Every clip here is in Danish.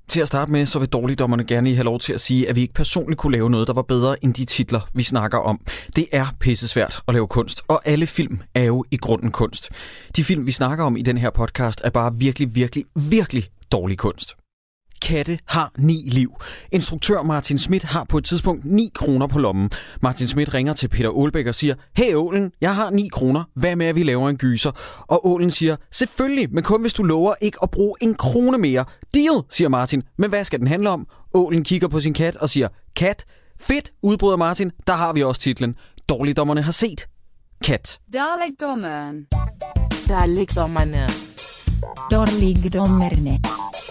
Til at starte med, så vil dårligdommerne gerne lige have lov til at sige, at vi ikke personligt kunne lave noget, der var bedre end de titler, vi snakker om. Det er pissesvært at lave kunst, og alle film er jo i grunden kunst. De film, vi snakker om i den her podcast, er bare virkelig dårlig kunst. Katte har 9 liv. Instruktør Martin Schmidt har på et tidspunkt 9 kroner på lommen. Martin Schmidt ringer til Peter Aalbæk og siger, hey Ålen, jeg har 9 kroner. Hvad med, at vi laver en gyser? Og Ålen siger, selvfølgelig, men kun hvis du lover ikke at bruge 1 krone mere. Deal, siger Martin. Men hvad skal den handle om? Ålen kigger på sin kat og siger, kat? Fedt, udbryder Martin. Der har vi også titlen. Dårligdommerne har set Kat. Dårligdommerne. Dårligdommerne. Dårligdommerne.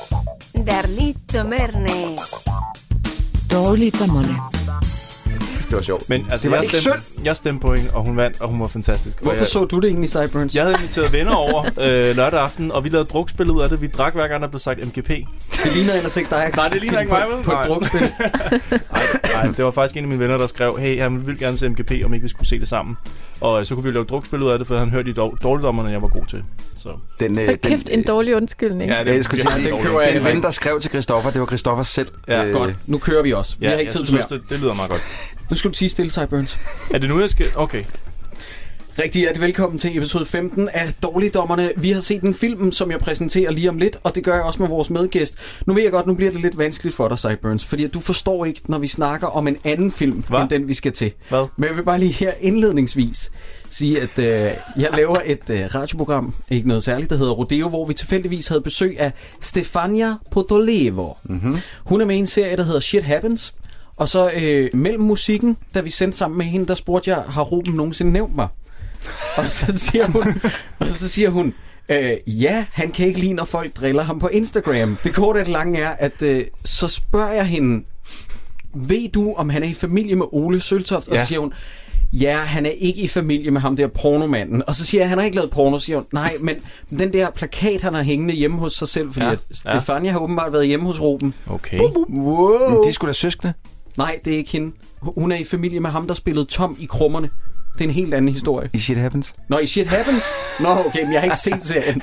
Dårligdommerne. Dårligdommerne. Det var sjovt. Men altså, jeg stemte på hende, og hun vandt, og hun var fantastisk. Hvorfor så du det egentlig, Sideburns? Jeg havde inviteret venner over lørdag aften, og vi lavede drukspil ud af det. Vi drak hver gang, der blev sagt MGP. Det ligner ellers ikke dig. Nej, det ligner ikke mig, vel? På et drukspil. Nej, det var faktisk en af mine venner, der skrev, hey, han ville gerne se MGP, om ikke vi skulle se det sammen. Og så kunne vi lave drukspil ud af det, for han hørte de dårligdommerne, jeg var god til. Så. Kæft, en dårlig undskyldning. Ja, det skulle sige, den ven, der skrev til Christoffer, det var Christoffer selv. Ja, godt. Nu kører vi også. Vi har ikke tid til mere. Det lyder meget godt. Nu skal du tige stille, Sideburns. Er det nu, jeg skal? Okay. Rigtig hjertelig velkommen til episode 15 af Dårligdommerne. Vi har set en film, som jeg præsenterer lige om lidt, og det gør jeg også med vores medgæst. Nu ved jeg godt, nu bliver det lidt vanskeligt for dig, Sideburns, fordi at du forstår ikke, når vi snakker om en anden film, end den vi skal til. Hvad? Men jeg vil bare lige her indledningsvis sige, at jeg laver et radioprogram, ikke noget særligt, der hedder Rodeo, hvor vi tilfældigvis havde besøg af Stefania Podolevo. Mm-hmm. Hun er med i en serie, der hedder Shit Happens. Og så mellem musikken, da vi sendte sammen med hende, der spurgte jeg, har Ruben nogensinde nævnt mig? Og så siger hun, ja, han kan ikke lide, når folk driller ham på Instagram. Det korte af det lange er, at så spørger jeg hende, ved du, om han er i familie med Ole Søltoft? Og så siger hun, ja, han er ikke i familie med ham der pornomanden. Og så siger jeg, han har ikke lavet porno. Så siger hun, nej, men den der plakat, han har hængende hjemme hos sig selv, fordi at Stefania har åbenbart været hjemme hos Ruben. Okay. Wow. Men de skulle da søskende? Nej, det er ikke hende. Hun er i familie med ham, der spillede Tom i Krummerne. Det er en helt anden historie. I Shit Happens? Nå, i Shit Happens? Nå, okay, men jeg har ikke set serien.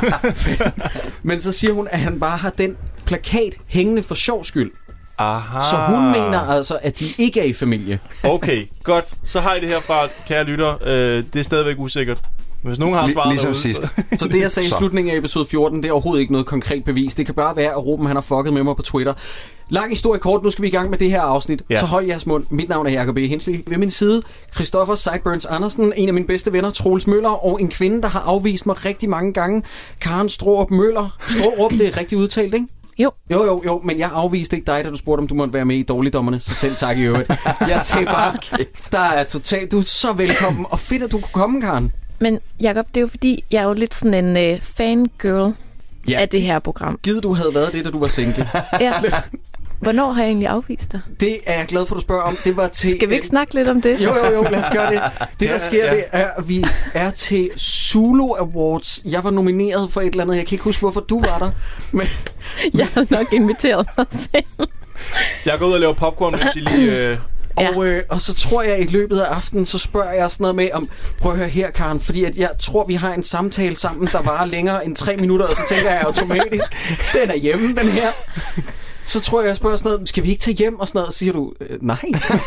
Men så siger hun, at han bare har den plakat hængende for sjov skyld. Aha. Så hun mener altså, at de ikke er i familie. Okay, godt. Så har I det herfra, kære lytter. Det er stadigvæk usikkert. Hvis nogen har svaret ligesom derude, sidst. Så det, jeg sagde i slutningen af episode 14, det er overhovedet ikke noget konkret bevis. Det kan bare være, at Ruben han har fucket med mig på Twitter. Lang historie kort, nu skal vi i gang med det her afsnit. Ja. Så hold jeres mund. Mit navn er Jacob E. Hensley. Ved min side, Christoffer Sideburns Andersen, en af mine bedste venner, Troels Møller, og en kvinde, der har afvist mig rigtig mange gange, Karen Straarup Møller. Straarup, det er rigtig udtalt, ikke? Jo, men jeg afviste ikke dig, da du spurgte, om du måtte være med i Dårligdommerne, så selv tak i øvrigt. Jeg sagde bare, der er totalt, du er så velkommen, og fedt, at du kunne komme, Karen. Men Jacob, det er jo fordi, jeg er jo lidt sådan en fangirl af det her program. Givet du havde været det, da du var single. Ja. Hvornår har jeg egentlig afvist dig? Det er jeg glad for, at du spørger om. Det var til... Skal vi ikke snakke lidt om det? Jo, lad os gøre det. Det, der sker, det er, at vi er til Zulu Awards. Jeg var nomineret for et eller andet. Jeg kan ikke huske, hvorfor du var der. Men... Jeg havde nok inviteret mig selv. Jeg går ud og laver popcorn, mens I lige... Og så tror jeg, i løbet af aftenen, så spørger jeg sådan noget med om, prøv at høre her, Karen, fordi at jeg tror, vi har en samtale sammen, der varer længere end 3 minutter, og så tænker jeg automatisk, den er hjemme, den her. Så tror jeg spørger sådan noget, skal vi ikke tage hjem og sådan noget, og siger du, nej.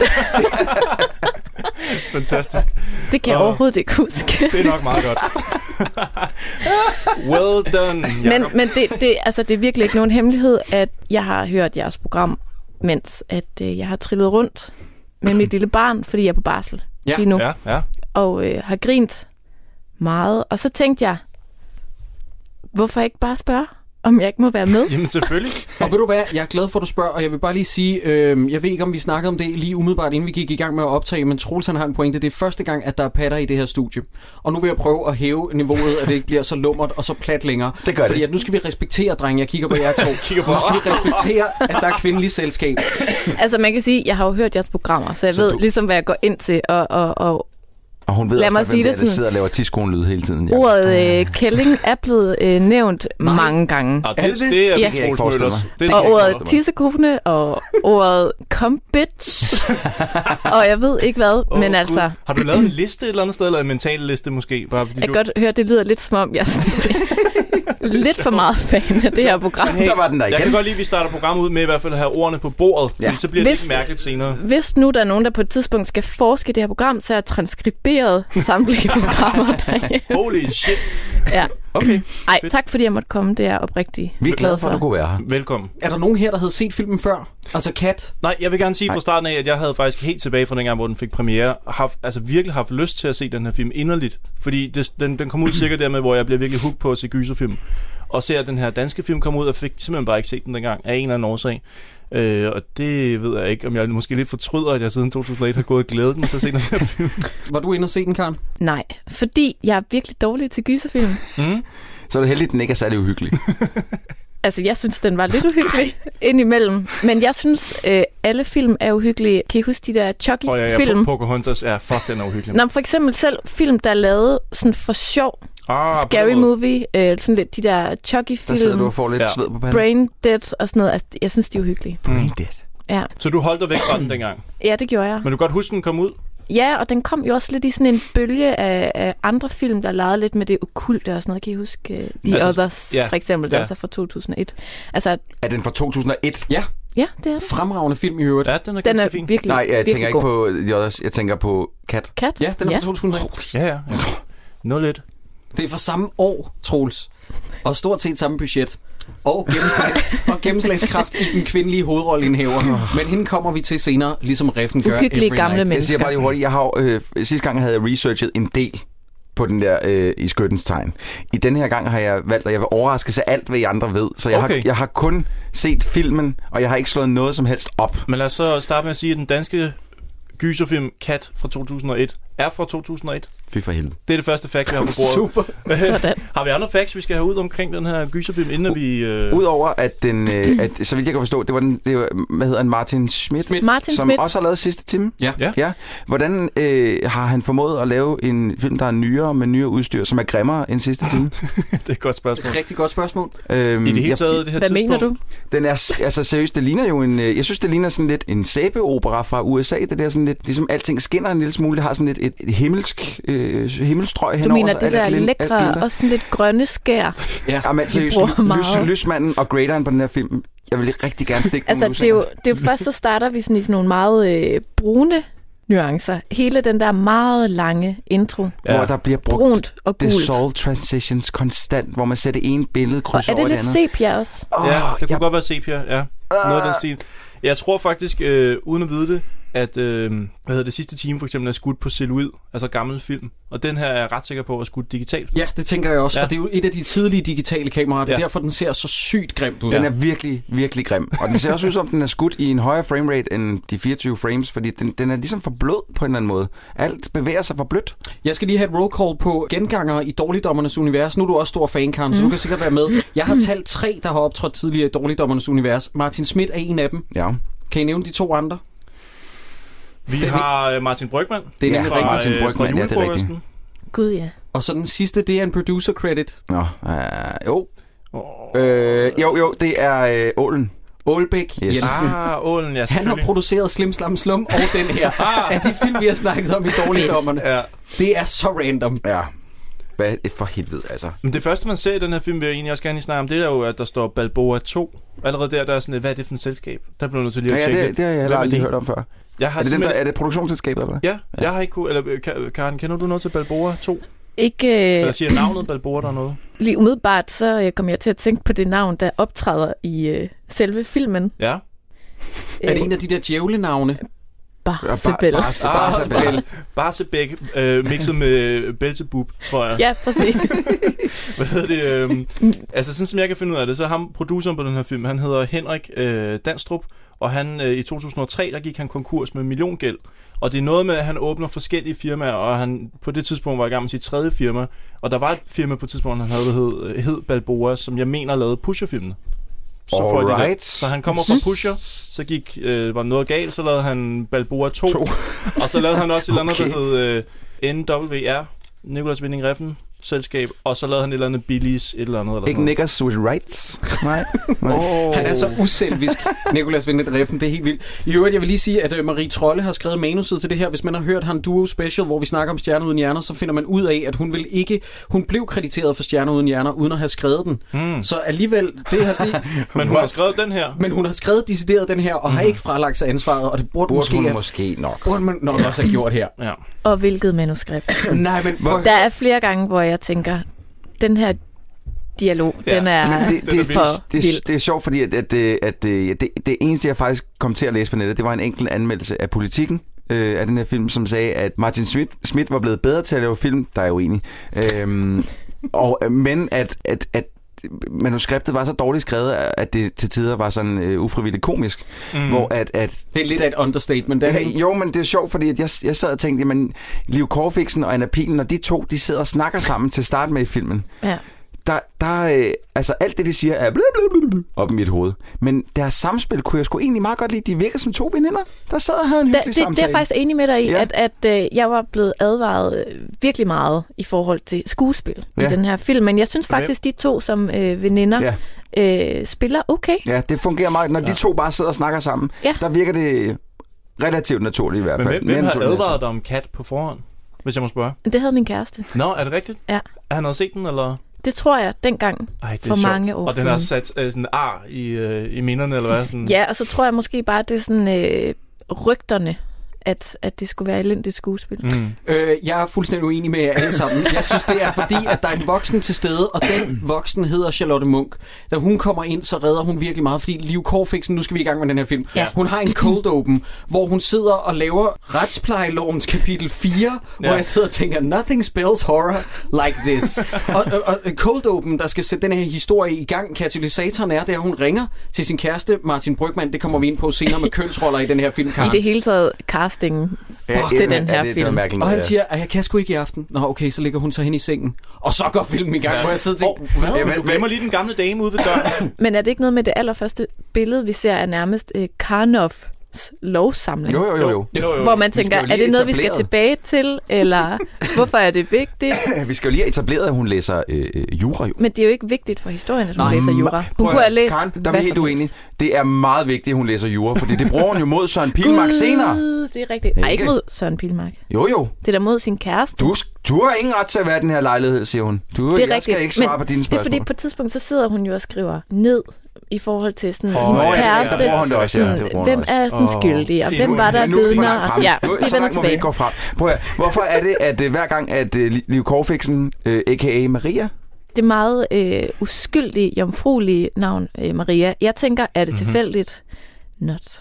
Fantastisk. Det kan jeg overhovedet ikke huske. Det er nok meget godt. Well done, Jacob. Men det er virkelig ikke nogen hemmelighed, at jeg har hørt jeres program, mens at jeg har trillet rundt med mit lille barn, fordi jeg er på barsel lige nu. Ja. Og har grint meget. Og så tænkte jeg, hvorfor ikke bare spørge, om jeg ikke må være med? Jamen selvfølgelig. Og ved du hvad, jeg er glad for, at du spørger, og jeg vil bare lige sige, jeg ved ikke, om vi snakkede om det lige umiddelbart, inden vi gik i gang med at optage, men Troels han har en pointe. Det er første gang, at der er patter i det her studie. Og nu vil jeg prøve at hæve niveauet, at det ikke bliver så lummert og så plat længere. Det gør fordi det. At nu skal vi respektere, drenge. Jeg kigger på jer to. Nu skal vi respektere, at der er kvindelige selskab. Altså man kan sige, jeg har jo hørt jeres programmer, så jeg ved ligesom, hvad jeg går ind til, og hun ved lad også mig godt, hvem sige der, det der sådan, sidder og laver tidskolen-lyd hele tiden. Ordet kælling er blevet nævnt mange gange. Det er Ja. Troels Møllers. Og ordet tissekone, og ordet come bitch, og jeg ved ikke hvad, men altså... Har du lavet en liste et eller andet sted, eller en mental liste måske? Bare fordi jeg kan godt høre, det lyder lidt som om, jeg lidt for meget fan af det her program. Der var den der Jeg igen. kan godt lide, at vi starter programmet ud med i hvert fald at have ordene på bordet, Ja. fordi så bliver det ikke mærkeligt senere. Hvis nu der er nogen, der på et tidspunkt skal forske i det her program, så er jeg transkriberet samtlige programmer derhjemme. Holy shit. Ja. Okay, Ej, fedt. tak fordi jeg måtte komme. Det er jeg oprigtigt Vi er glade for, at du kunne være her. Velkommen. Er der nogen her, der havde set filmen før? Altså Kat? Nej, jeg vil gerne sige fra starten af, at jeg havde faktisk helt tilbage fra dengang, hvor den fik premiere, virkelig haft lyst til at se den her film inderligt. Fordi den kom ud cirka dermed, hvor jeg blev virkelig hooked på at se gyserfilm. Og ser den her danske film komme ud, og fik simpelthen bare ikke set den dengang, af en eller anden årsag. Og det ved jeg ikke, om jeg måske lidt fortryder, at jeg siden 2001 har gået og glædet mig til at se den her film. Var du inde og se den, Karen? Nej, fordi jeg er virkelig dårlig til gyserfilm. Så er det heldigt, at den ikke er særlig uhyggelig. Altså, jeg synes, den var lidt uhyggelig indimellem. Men jeg synes, alle film er uhyggelige. Kan I huske de der Chucky-film? Pocahontas er den er uhyggelig. Nå, for eksempel selv film, der er lavet sådan for sjov. Scary Movie, sådan lidt de der Chucky-film. Der sidder du og får lidt sved på panden. Brain Dead og sådan noget. Altså, jeg synes, de er uhyggelige. Brain Dead. Ja. Så du holdt dig væk fra den dengang? Ja, det gjorde jeg. Men du kan godt huske, den kom ud? Ja, og den kom jo også lidt i sådan en bølge af andre film, der legede lidt med det okkulte og sådan noget. Kan I huske The Others, for eksempel, der også er fra 2001? Altså, er den fra 2001? Ja. Ja, det er det. Fremragende film i øvrigt. Ja, den er Den er fin. virkelig, Nej, jeg tænker ikke god. på The Others. Jeg tænker på Kat. Kat? Ja, den er fra 2001. Ja. 0-1. Det er fra samme år, Troels. Og stort set samme budget. Og gennemslagskraft i den kvindelige hovedrolleindhæver. Men hende kommer vi til senere, ligesom Reffen gør. Uhyggelige gamle Jeg mennesker. siger bare lige hurtigt, jeg har sidste gang havde jeg researchet en del på den der i skyttens tegn. I denne her gang har jeg valgt, at jeg vil overraske sig alt, hvad I andre ved. Så jeg har kun set filmen, og jeg har ikke slået noget som helst op. Men lad os så starte med at sige, at den danske gyserfilm Kat fra 2001 er fra 2001. Fy for helvede. Det er det første fact, vi har på bordet. Super. Har vi andre facts, vi skal have ud omkring den her gyserfilm, inden vi... Udover at den, at, så vidt jeg kan forstå, det var hvad hedder han, Martin Schmidt, som også har lavet Sidste Time. Ja. Hvordan har han formået at lave en film, der er nyere med nyere udstyr, som er grimmere end Sidste Time? Det er et godt spørgsmål. Rigtig godt spørgsmål. I det hele taget, det her Hvad tidspunkt. mener du? Den er, altså seriøst, det ligner jo en, jeg synes, det ligner sådan lidt en sæbeopera fra USA. Det der sådan lidt, ligesom alting skinner en lille smule. Det har sådan lidt et himmelstrøg henover. Du mener det der lækre og sådan lidt grønne skær? Ja, men seriøst, lysmanden og graderen på den her film, jeg vil rigtig gerne stikke altså, det er jo først, så starter vi sådan i sådan nogle meget brune nuancer. Hele den der meget lange intro. Hvor der bliver brugt brunt og gult. dissolve transitions konstant, hvor man sætter en billede kryds over det andet. Og er det lidt sepia også? Ja, det kunne godt være sepia, ja. Noget af den stil. Jeg tror faktisk, uden at vide det, at det sidste time for eksempel er skudt på celluloid, altså gammel film. Og den her er jeg ret sikker på at skudt digitalt. Ja, det tænker jeg også. Ja. Og det er jo et af de tidlige digitale kameraer. Det er derfor, den ser så sygt grimt ud. Den er virkelig, virkelig grim. Og den ser også ud som, den er skudt i en højere framerate end de 24 frames, fordi den er ligesom for blød på en eller anden måde. Alt bevæger sig for blødt. Jeg skal lige have et roll call på gengangere i Dårligdommernes Univers. Nu er du også stor fan, Karen, så du kan sikkert være med. Jeg har talt 3, der har optrådt tidligere i Dårligdommernes Univers. Martin Schmidt er en af dem. Ja. Kan I nævne de 2 andre? Vi har Martin Brygmann. Det er nemlig rigtigt. Martin Brygmann, ja, det er rigtigt. Gud, ja. Og så den sidste, det er en producer credit. Nå, jo. Jo, det er Ålen. Aalbæk Jensen. Ålen, ja, Han har produceret Slim Slam Slum og den her. Af de film, vi har snakket om i Dårligdommerne. Ja. Det er så random. Ja. Hvad for helvede, altså. Men det første, man ser i den her film, vil jeg egentlig også gerne snakke om, det er jo, at der står Balboa 2. Allerede der er sådan et, hvad er det for et selskab? Der bliver nødt til lige at tjekke. Det har jeg heller aldrig hørt om før. Er det produktionsselskabet, eller hvad? Ja, jeg har ikke kunne... Eller, Karen, kender du noget til Balboa 2? Ikke... Eller siger navnet Balboa der noget? Lige umiddelbart, så kommer jeg til at tænke på det navn, der optræder i selve filmen. Ja. Er det en af de der djævlenavne? Barsebæl. Barsebæk mixet med Belzebub, tror jeg. Ja, præcis. Hvad hedder det? Altså, sådan som jeg kan finde ud af det, så ham, produceren på den her film, han hedder Henrik Danstrup, og han i 2003, der gik han konkurs med milliongæld. Og det er noget med, at han åbner forskellige firmaer, og han på det tidspunkt var i gang med sit 3. firma. Og der var et firma på et tidspunkt, han havde, der hed Balboa, som jeg mener lavede Pusher-filmene. Så han kommer fra Pusher, så var noget galt, så lavede han Balboa 2. Og så lavede han også et eller andet, der hed NWR, Nicolas Winding Refn. selskab, og så lavede han et eller andet Billies, et eller andet. Eller ikke Niggers with Rights? Nej. Han er så uselvisk, Nicolas Winding Refn. Det er helt vildt. I øvrigt, jeg vil lige sige, at Marie Trolle har skrevet manuset til det her. Hvis man har hørt Han Duo Special, hvor vi snakker om Stjerner uden hjerner, så finder man ud af, at hun blev krediteret for Stjerner uden hjerner, uden at have skrevet den. Så alligevel, det her... Men hun har skrevet den her. Men hun har skrevet decideret den her, og har ikke fralagt sig ansvaret, og det burde man nok også have gjort her. Ja. Og hvilket manuskript? Nej, men... Der er flere gange, hvor jeg tænker, den her dialog, den er det er sjovt, fordi at det eneste, jeg faktisk kom til at læse på nettet, det var en enkelt anmeldelse af Politikken, af den her film, som sagde, at Martin Schmidt var blevet bedre til at lave film, der er jo enig. Men at manuskriptet var så dårligt skrevet, at det til tider var sådan ufrivilligt komisk. Hvor at det er lidt af et understatement. Jo, men det er sjovt, fordi at jeg sad og tænkte, jamen, Liv Korfiksen og Anna Pihl, når de to, de sidder og snakker sammen til at starte med i filmen. Ja. Altså alt det, de siger, er op i mit hoved. Men deres samspil kunne jeg sgu egentlig meget godt lide. De virker som to veninder, der sad og havde en hyggelig samtale. Det er jeg faktisk enig med dig i, at jeg var blevet advaret virkelig meget i forhold til skuespil i den her film. Men jeg synes faktisk, de to som veninder spiller okay. Ja, det fungerer meget. Når de to bare sidder og snakker sammen, der virker det relativt naturligt i hvert fald. Men hvem har advaret dig om Kat på forhånd, hvis jeg må spørge? Det havde min kæreste. Nå, er det rigtigt? Ja. Han havde set den, eller... Det tror jeg, dengang, for mange år siden. Og den har sat sådan ar i minderne, eller hvad? Sådan. Ja, og så tror jeg måske bare, at det er sådan rygterne, at det skulle være elendigt skuespil. Jeg er fuldstændig uenig med jer alle sammen. Jeg synes, det er fordi, at der er en voksen til stede, og den voksen hedder Charlotte Munch. Da hun kommer ind, så redder hun virkelig meget, fordi Liv Korfiksen, nu skal vi i gang med den her film. Ja. Hun har en cold open, hvor hun sidder og laver retsplejelovens kapitel 4, hvor jeg sidder og tænker, nothing spells horror like this. og cold open, der skal sætte den her historie i gang, katalysatoren er, at hun ringer til sin kæreste, Martin Brygmann. Det kommer vi ind på senere med kønsroller i den her film. I det hele taget til den her film. Og han siger, at jeg kan sgu ikke i aften. Nå, okay, så ligger hun så hen i sengen. Og så går filmen i gang, hvor jeg sidder og tænker, hvad? Du glemmer lige den gamle dame ude ved døren. Men er det ikke noget med det allerførste billede, vi ser, er nærmest Karnoffs lovsamling? Jo. Hvor man tænker, er det noget, vi skal tilbage til, eller hvorfor er det vigtigt? Vi skal jo lige have etableret, at hun læser jura. Men det er jo ikke vigtigt for historien, at hun læser jura. Hun kunne have læst... Karen, der er vi helt uenige. Det er meget vigtigt, at hun læser jura, fordi det bruger hun jo mod Søren Pilmark senere. Det er rigtigt. Ej, ikke mod Søren Pilmark. Jo. Det er der mod sin kæreste. Du har ingen ret til at være den her lejlighed, siger hun. Jeg skal ikke svare på dine spørgsmål. Det er fordi, på et tidspunkt, så sidder hun jo og skriver ned i forhold til sådan hendes kæreste. Ja, det bruger hun det også, hvem er sådan skyldig, og hvem var der vidner? Ja, så langt må vi ikke gå frem. Prøv at, hvorfor er det, at hver gang, at Liv Korfiksen, a.k.a. Maria... Det er meget uskyldige, jomfruelige navn, Maria. Jeg tænker, er det tilfældigt? Not.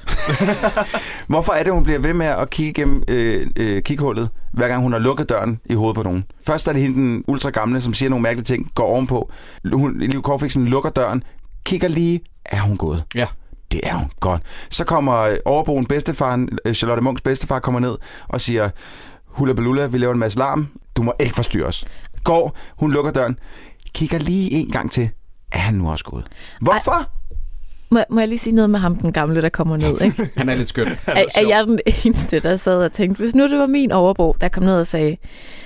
Hvorfor er det, hun bliver ved med at kigge igennem kighullet, hver gang hun har lukket døren i hovedet på nogen? Først er det hende, den ultra gamle, som siger nogle mærkelige ting, går ovenpå. Liv Korfiksen lukker døren, kigger lige, er hun gået? Ja. Det er hun. Godt. Så kommer overboen bedstefaren, Charlotte Munchs bedstefar, kommer ned og siger, hula balula, vi laver en masse larm, du må ikke forstyrre os. Går, hun lukker døren, kigger lige en gang til, er han nu også gået? Hvorfor? Må jeg lige sige noget med ham, den gamle, der kommer ned, ikke? Han er lidt skøn. Er jeg den eneste, der sad og tænkte, hvis nu det var min overbo, der kom ned og sagde,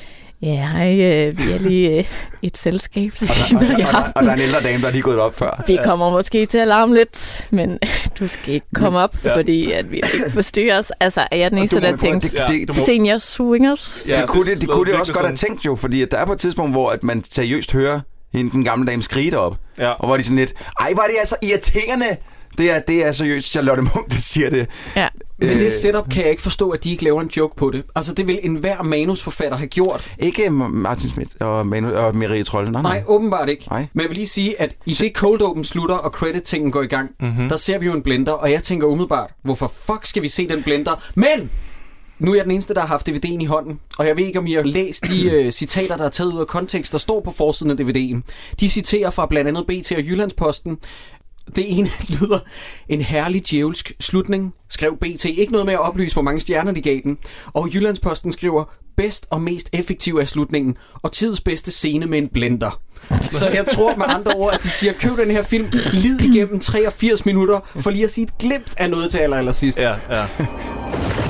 ja, vi er lige et selskab. Og der er en ældre dame, der er lige gået op før. Vi kommer måske til at larme lidt, men du skal ikke komme op, fordi at vi ikke forstyrrer os. Altså, er jeg den eneste, der tænkte, senior swingers? Ja, det kunne det også godt have tænkt jo, fordi at der er på et tidspunkt, hvor at man seriøst hører hende, den gamle dame, skrige op. Ja. Og hvor de sådan lidt, ej, var det altså irriterende. Det er seriøst Charlotte Munch, der siger det. Ja. Men det setup kan jeg ikke forstå, at de ikke laver en joke på det. Altså, det vil enhver manusforfatter have gjort. Ikke Martin Schmidt og Marie Trolle. Nej, åbenbart ikke. Nej. Men jeg vil lige sige, at i det cold open slutter, og credit-tingen går i gang, der ser vi jo en blender, og jeg tænker umiddelbart, hvorfor fuck skal vi se den blender? Men nu er jeg den eneste, der har haft DVD'en i hånden, og jeg ved ikke, om I har læst de citater, der er taget ud af kontekst, der står på forsiden af DVD'en. De citerer fra blandt andet BT og Jyllandsposten. Det ene lyder, en herlig djævelsk slutning, skrev BT. Ikke noget med at oplyse, hvor mange stjerner de gav den. Og Jyllandsposten skriver, bedst og mest effektiv er slutningen, og tids bedste scene med en blender. Så jeg tror med andre ord, at de siger, køb den her film, lid igennem 83 minutter, for lige at sige et glimt af noget til allersidst. Ja.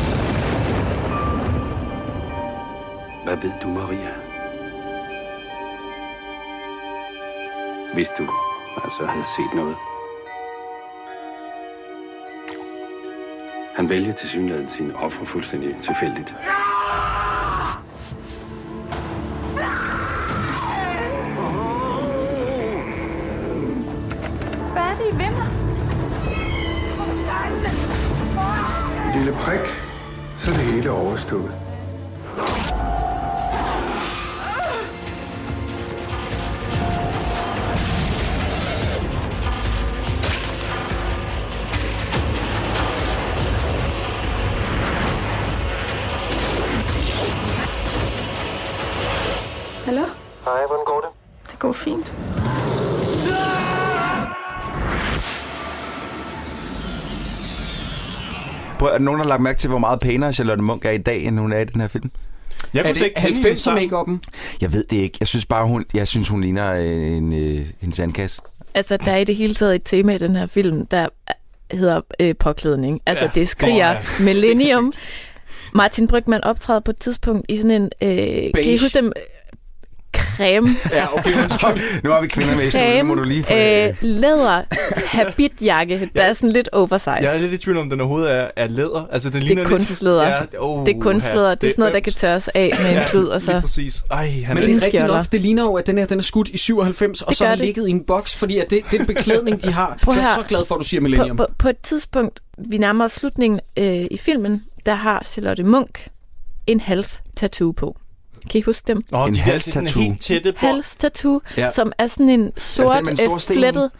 Hvad ved du, Maria? Hvis du altså havde set noget. Han vælger tilsyneladende sine ofre fuldstændig tilfældigt. Hvad er det, I vil mig? Et lille prik, så er det hele overstået. Hallo? Hej, hvordan går det? Det går fint. Er der nogen, der har lagt mærke til, hvor meget pænere Charlotte Munch er i dag, end hun er i den her film? Er det 90'er make-up'en? Jeg ved det ikke. Jeg synes bare, hun ligner en sandkasse. Altså, der er i det hele taget et tema i den her film, der hedder påklædning. Altså, det skriger millennium. Martin Brygmann optræder på et tidspunkt i sådan en... kan I huske dem? Creme. Ja, okay. Nu har vi kvinder med i studiet, må du lige få... læder habitjakke, der er sådan lidt oversize. Jeg er lidt i tvivl om, den overhovedet er læder. Altså, den ligner det er kunstlæder. Ja, det er kunstlæder. Det er sådan noget, der kan tørres af med en klud. Og så... lige præcis. Ej, men det er rigtigt nok. Det ligner jo, at den er skudt i 97, og så er ligget i en boks, fordi at det er den beklædning, de har. Jeg er så glad for, at du siger millennium. På et tidspunkt, vi nærmer os slutningen i filmen, der har Charlotte Munch en halstattoo på. Kan I huske dem? En halstattoo. Helt tætte på. Halstattoo, som er sådan en sort flettet...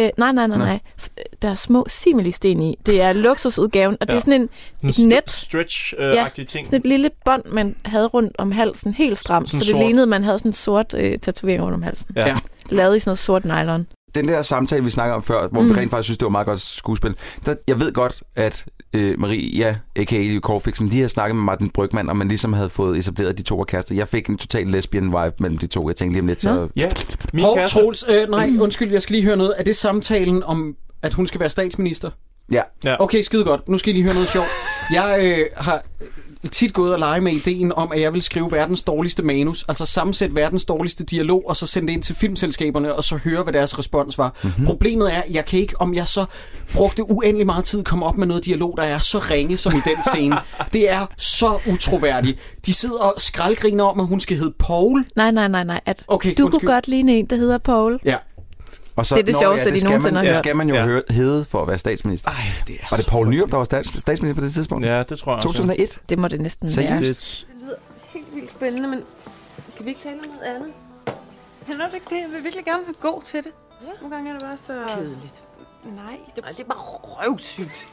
Nej. Der er små simili-sten i. Det er luksusudgaven, og det er sådan et net... Stretch-agtig ting. Sådan et lille bånd, man havde rundt om halsen, helt stramt. Så det lignede, man havde sådan en sort tatovering rundt om halsen. Ja. Lavet i sådan noget sort nylon. Den der samtale, vi snakker om før, hvor vi rent faktisk synes, det var meget godt skuespil. Jeg ved godt, at Maria, a.k.a. Liv Korfixen, de har snakket med Martin Brygmann, og man ligesom havde fået etableret de to af kærester. Jeg fik en total lesbian vibe mellem de to. Jeg tænkte lige om lidt, så... Ja, min kæreste... Troels, undskyld, jeg skal lige høre noget. Er det samtalen om, at hun skal være statsminister? Ja. Okay, skide godt. Nu skal I lige høre noget sjovt. Jeg har tit gået og lege med ideen om, at jeg vil skrive verdens dårligste manus, altså sammensætte verdens dårligste dialog, og så sende det ind til filmselskaberne, og så høre, hvad deres respons var. Mm-hmm. Problemet er, jeg kan ikke, om jeg så brugte uendelig meget tid, komme op med noget dialog, der er så ringe som i den scene. Det er så utroværdigt. De sidder og skraldgriner om, at hun skal hedde Paul. Nej. Du kunne godt ligne en, der hedder Paul. Ja. Og så, det er det sjoveste, de nogensinde har hørt. Det skal man jo hedde for at være statsminister. Det er var det Poul Nyrup, der var statsminister på det tidspunkt? Ja, det tror jeg 2001? Det må det næsten være. Det lyder helt vildt spændende, men kan vi ikke tale om noget andet? Hender du ikke det? Jeg vil virkelig gerne være god til det. Ja. Nogle gange er det bare så... Kedeligt. Nej, det er bare røvsygt.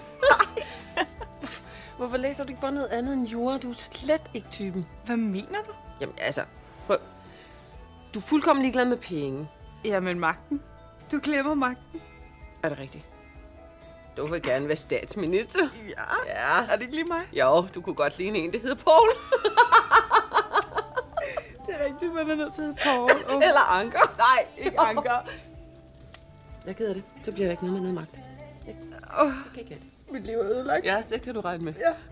Hvorfor læser du ikke bare noget andet end jura? Du er slet ikke typen. Hvad mener du? Jamen altså, prøv. Du er fuldkommen ligeglad med penge. Jamen magten. Du glemmer magten. Er det rigtigt? Du vil gerne være statsminister. Ja. Er det ikke lige mig? Jo, du kunne godt ligne en, der hedder Paul. Det er rigtigt, man er nødt til at hedde Paul. Eller Anker. Nej, ikke Anker. Jeg keder det. Så bliver der ikke noget med noget magt. Jeg kan ikke have det. Mit liv er ødelagt. Ja, det kan du regne med. Ja.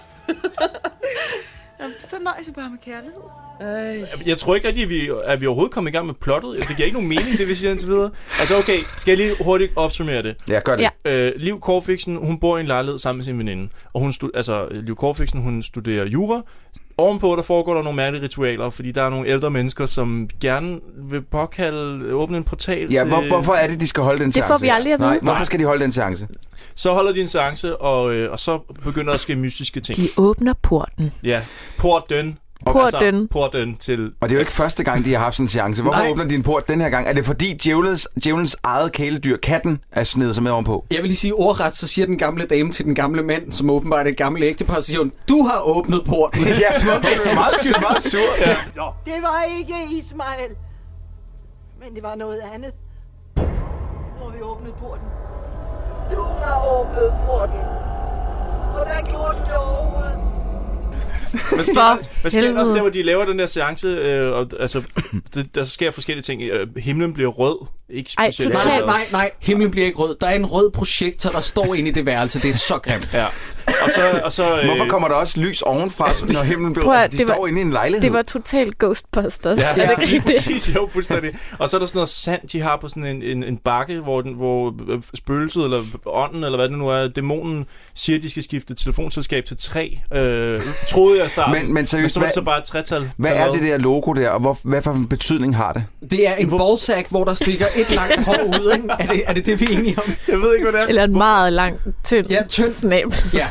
Jamen, så nøjes jeg bare med kærlighed. Jeg tror ikke rigtig, at vi overhovedet kommer i gang med plottet. Det giver ikke nogen mening, det vi siger indtil videre. Altså okay, skal jeg lige hurtigt opsummere det? Ja, gør det. Ja. Liv Korfixen, hun bor i en lejlighed sammen med sin veninde. Og hun Liv Korfixen, hun studerer jura. Ovenpå, der foregår der nogle mærkelige ritualer, fordi der er nogle ældre mennesker, som gerne vil åbne en portal til... Hvorfor er det, de skal holde den seance? Det får vi aldrig at vide. Nej, hvorfor skal de holde den seance? Så holder de en seance, og så begynder der at ske mystiske ting. De åbner porten. Ja, porten. Porten til... Og det er jo ikke første gang, de har haft sådan en seance. Hvorfor åbner de en port den her gang? Er det fordi djævelens eget kæledyr, katten, er snedet sig med ovenpå? Jeg vil lige sige ordret, så siger den gamle dame til den gamle mand, som åbenbart er et gammelt ægtepar, så siger hun, du har åbnet porten. Ja, så er meget sur. Ja. Det var ikke Ismail, men det var noget andet, hvor vi åbnede porten. Du har åbnet porten. Hvordan gjorde du det overhovedet? Hvad sker der også der, hvor de laver den der seance? Der sker forskellige ting. Himlen bliver rød. Ikke specielt. Nej. Himlen bliver ikke rød. Der er en rød projektor, der står inde i det værelse. Det er så grimt. Ja. Og så, Hvorfor kommer der også lys ovenfra, når himlen bliver... Altså, de står inde i en lejlighed. Det var totalt Ghostbusters. Ja, er det ikke præcis, jo, fuldstændig. Og så er der sådan noget sand, de har på sådan en bakke, hvor spøgelset, eller ånden, eller hvad det nu er, dæmonen, siger, at de skal skifte telefonselskab til 3. Troede jeg starten. Men seriøst, så var det så bare et 3-tal. Hvad er det der logo der, og hvad for en betydning har det? Det er en ballsack, hvor der stikker et langt hår ud, ikke? Er det vi er enige om? Jeg ved ikke, hvad det er. Eller en meget lang, tynd snabel. Ja.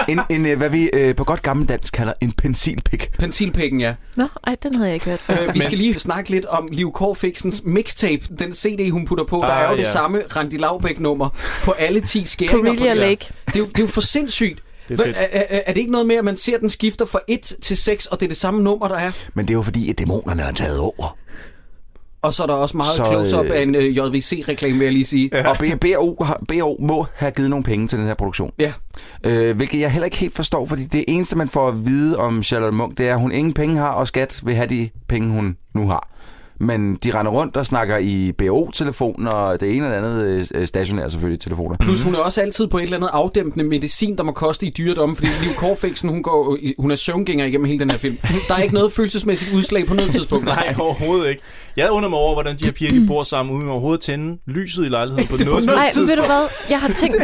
Hvad vi på godt gammeldansk kalder en pensilpik. Pensilpikken, ja. Nå, den havde jeg ikke hørt før. Vi skal lige snakke lidt om Liv Corfiksens mixtape, den CD, hun putter på. Der er jo det samme Randi Laubæk-nummer på alle 10 skæringer. Cornelia Lake. Det er jo for sindssygt. Er det ikke noget med, at man ser, at den skifter fra 1 til 6, og det er det samme nummer, der er? Men det er jo fordi, at dæmonerne er taget over. Og så er der også meget close-up af en JVC-reklame, vil jeg lige sige. Ja. Og BO må have givet nogle penge til den her produktion. Ja. Hvilket jeg heller ikke helt forstår, fordi det eneste, man får at vide om Charlotte Munch, det er, at hun ingen penge har, og skat vil have de penge, hun nu har. Men de render rundt og snakker i BO-telefon, og det ene eller andet stationære selvfølgelig telefoner. Plus hun er også altid på et eller andet afdæmpende medicin, der må koste i dyredomme, fordi Liv Corfiksen, hun er søvngænger igennem hele den her film. Der er ikke noget følelsesmæssigt udslag på noget tidspunkt. Nej, overhovedet ikke. Jeg undrer mig over, hvordan de her piger de bor sammen, uden overhovedet tænde lyset i lejligheden på noget Nej, tidspunkt. ved du hvad? Jeg har tænkt...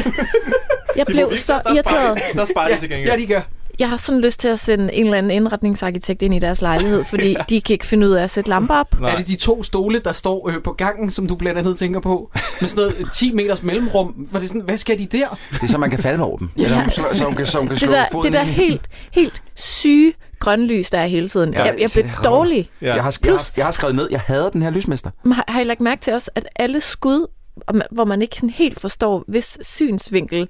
Jeg blev så irriteret. Der sparer de til gengæld. Ja, de gør. Jeg har sådan lyst til at sende en eller anden indretningsarkitekt ind i deres lejlighed, fordi de kan ikke finde ud af at sætte lamper op. Nej. Er det de 2 stole, der står på gangen, som du blandt andet tænker på? Med sådan noget 10 meters mellemrum. Var det sådan, hvad skal de der? Det er så, man kan falde over dem. Ja. Så hun kan slå foden det der helt syge grønlys, der er hele tiden. Ja, jeg blev dårlig. Ja. Jeg har skrevet ned, jeg hader den her lysmester. Har I lagt mærke til også, at alle skud, hvor man ikke sådan helt forstår, hvis synsvinkel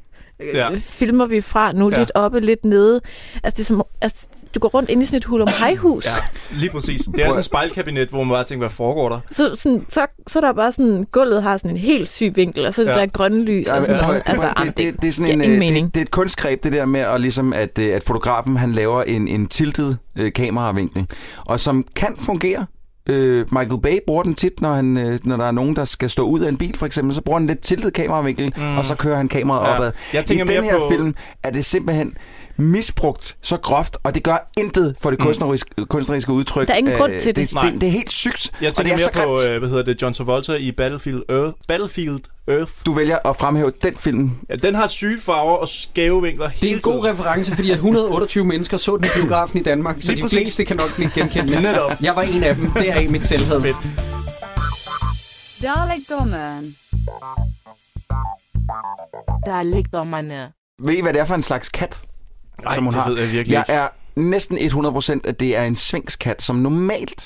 filmer vi fra nu, lidt oppe, lidt nede. Altså, det er som, du går rundt ind i sådan et hul-om-hej-hus. Ja, lige præcis. Det er sådan et spejlkabinet, hvor man bare tænker, hvad foregår der? Så der er bare sådan, gulvet har sådan en helt syg vinkel, og så det der grønne lys og sådan noget. Det er sådan det er et kunstgreb, det der med at, ligesom, at fotografen han laver en tiltet kameravinkling, og som kan fungere. Michael Bay bruger den tit, når der er nogen, der skal stå ud af en bil, for eksempel, så bruger han lidt tiltet kameravinkel, og så kører han kameraet opad. Jeg tænker I den her film er det simpelthen misbrugt så groft, og det gør intet for det kunstneriske udtryk. Der er ingen grund til det. Det er helt sygt. Jeg tænker mere på, John Travolta i Battlefield Earth. Du vælger at fremhæve den film. Ja, den har syge farver og skæve vinkler hele tiden. Det er en god reference, fordi at 128 mennesker så den i biografen i Danmark, så de fleste kan nok blive genkendt. Jeg var en af dem. Det er i mit selvhed. Dalekdommeren. Dalekdommerne. Ved I, hvad det er for en slags kat? Nej, det ved jeg virkelig ikke. Jeg er næsten 100%, at det er en sfinkskat, som normalt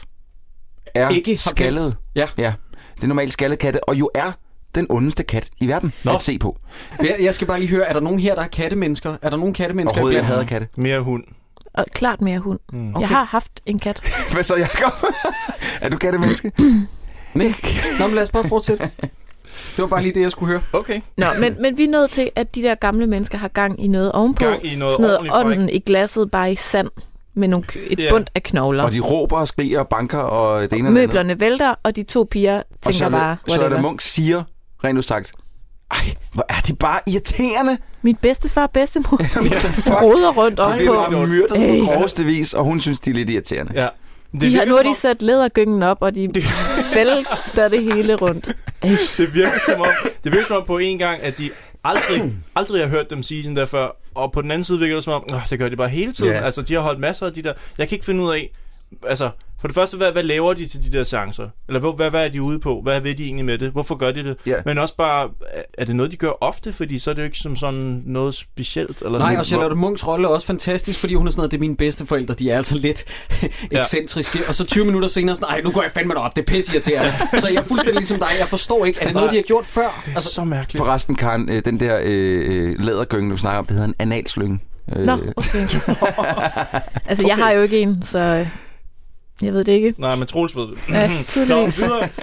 er ikke skaldet. Ja. Det er normalt skaldet katte, og jo er den ondeste kat i verden at se på. Jeg skal bare lige høre, er der nogen her, der er kattemennesker? Er der nogen kattemennesker? Overhovedet, jeg hader katte. Mere hund. Og klart mere hund. Okay. Jeg har haft en kat. Hvad så, Jacob? Er du kattemenneske? Nej. Nå, men lad os bare fortsætte. Det var bare lige det, jeg skulle høre. Okay. Nå, men vi er nødt til, at de der gamle mennesker har gang i noget ovenpå. Gang i noget sådan noget ånden i glasset, bare i sand. Med et bund af knogler. Og de råber og skriger og banker og det ene eller andet. Møblerne vælter, og de 2 piger tænker bare, whatever. Charlotte Munch siger, rent udsagt, ej, hvor er de bare irriterende. Mit bedstefar og bedstemor roder rundt øje på. De bliver myrdet på groveste vis, og hun synes, de er lidt irriterende. Ja. Nu har de sat lædergyngen op, og de vælter det hele rundt. Det virker som om på en gang, at de aldrig har hørt dem sige sådan der før. Og på den anden side virker det som om, det gør de bare hele tiden. Yeah. Altså, de har holdt masser af de der... Jeg kan ikke finde ud af... Altså, for det første, hvad laver de til de der chancer? Eller hvad er de ude på? Hvad ved de egentlig med det? Hvorfor gør de det? Yeah. Men også bare, er det noget, de gør ofte? Fordi så er det jo ikke som sådan noget specielt. Eller nej, og Charlotte Munchs rolle er også fantastisk, fordi hun er sådan noget, det er mine bedsteforældre, de er altså lidt ekscentriske. Og så 20 minutter senere sådan, nu går jeg fandme op, det er pisseirriterende. Så jeg er fuldstændig ligesom dig, jeg forstår ikke, er det noget, de har gjort før? Det er så mærkeligt. Forresten, Karen, den der lædergynge, du snakker om, det hedder en analslynge. Nå, okay. Altså, jeg har jo ikke en, så... Jeg ved det ikke. Nej, men Troels ved det. Ja, tydeligvis.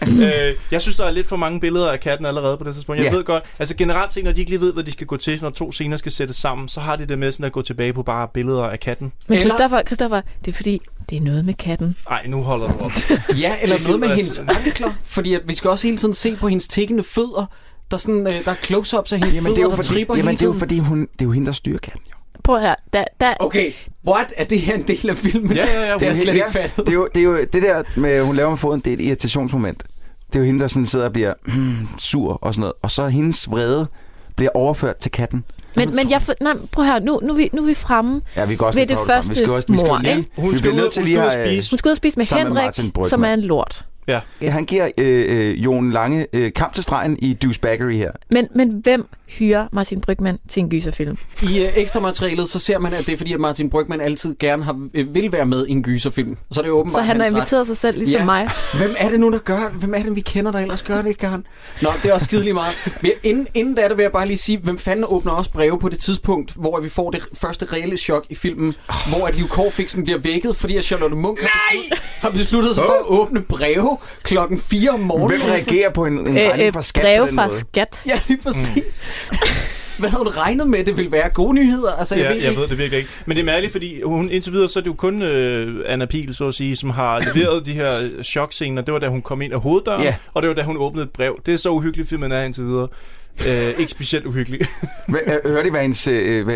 Jeg synes, der er lidt for mange billeder af katten allerede på det tidspunkt. Jeg ved godt, altså generelt set, når de ikke lige ved, hvad de skal gå til, når 2 scener skal sættes sammen, så har de det med sådan at gå tilbage på bare billeder af katten. Men Christoffer, det er fordi, det er noget med katten. Nej, nu holder du op. Ja, eller noget med hendes ankler. Fordi at vi skal også hele tiden se på hendes tikkende fødder. Der er close-ups af hendes fødder, der tripper hele tiden. Jamen, det er jo fordi, det er jo hende, der styrer katten, jo. prøv her. Okay, what? Er det her en del af filmen? Ja. Det er slet ikke fattet. Det er jo det der med, hun laver med foden, det er et irritationsmoment. Det er jo hende, der sådan sidder og bliver sur og sådan noget. Og så hendes vrede bliver overført til katten. Men prøv her, nu er vi fremme ja, vi kan også ved det første mor. Hun skal ud og spise med Henrik, som er en lort. Ja. Han giver Jon Lange kamp til stregen i Douchebaggery her. Men hvem hyrer Martin Brygmann til en gyserfilm? I ekstra materialet, så ser man, at det er fordi, at Martin Brygmann altid gerne vil være med i en gyserfilm. Så det er åbenbart. Så han har inviteret sig selv, ligesom mig. Hvem er det nu, der gør? Hvem er det, vi kender, der ellers gør det, ikke, Karen? Nå, det er også skideligt meget. Inden da, vil jeg bare lige sige, hvem fanden åbner også breve på det tidspunkt, hvor vi får det første reelle chok i filmen, hvor at Liv Korfiksen bliver vækket, fordi at Charlotte Munch har besluttet sig for at åbne breve klokken 4 om morgenen. Hvem reagerer på en regning fra skat breve på den fra måde? skat. Ja, lige præcis. Hvad havde hun regnet med, det ville være gode nyheder? Altså, jeg ved det virkelig ikke. Men det er mærkeligt, fordi hun indtil videre, så er det jo kun Anna Pihl, så at sige, som har leveret de her chokscener. Det var da hun kom ind af hoveddøren, og det var da hun åbnede et brev. Det er så uhyggeligt, filmen er indtil videre. Ikke specielt uhyggeligt. Hørte I, hvad hendes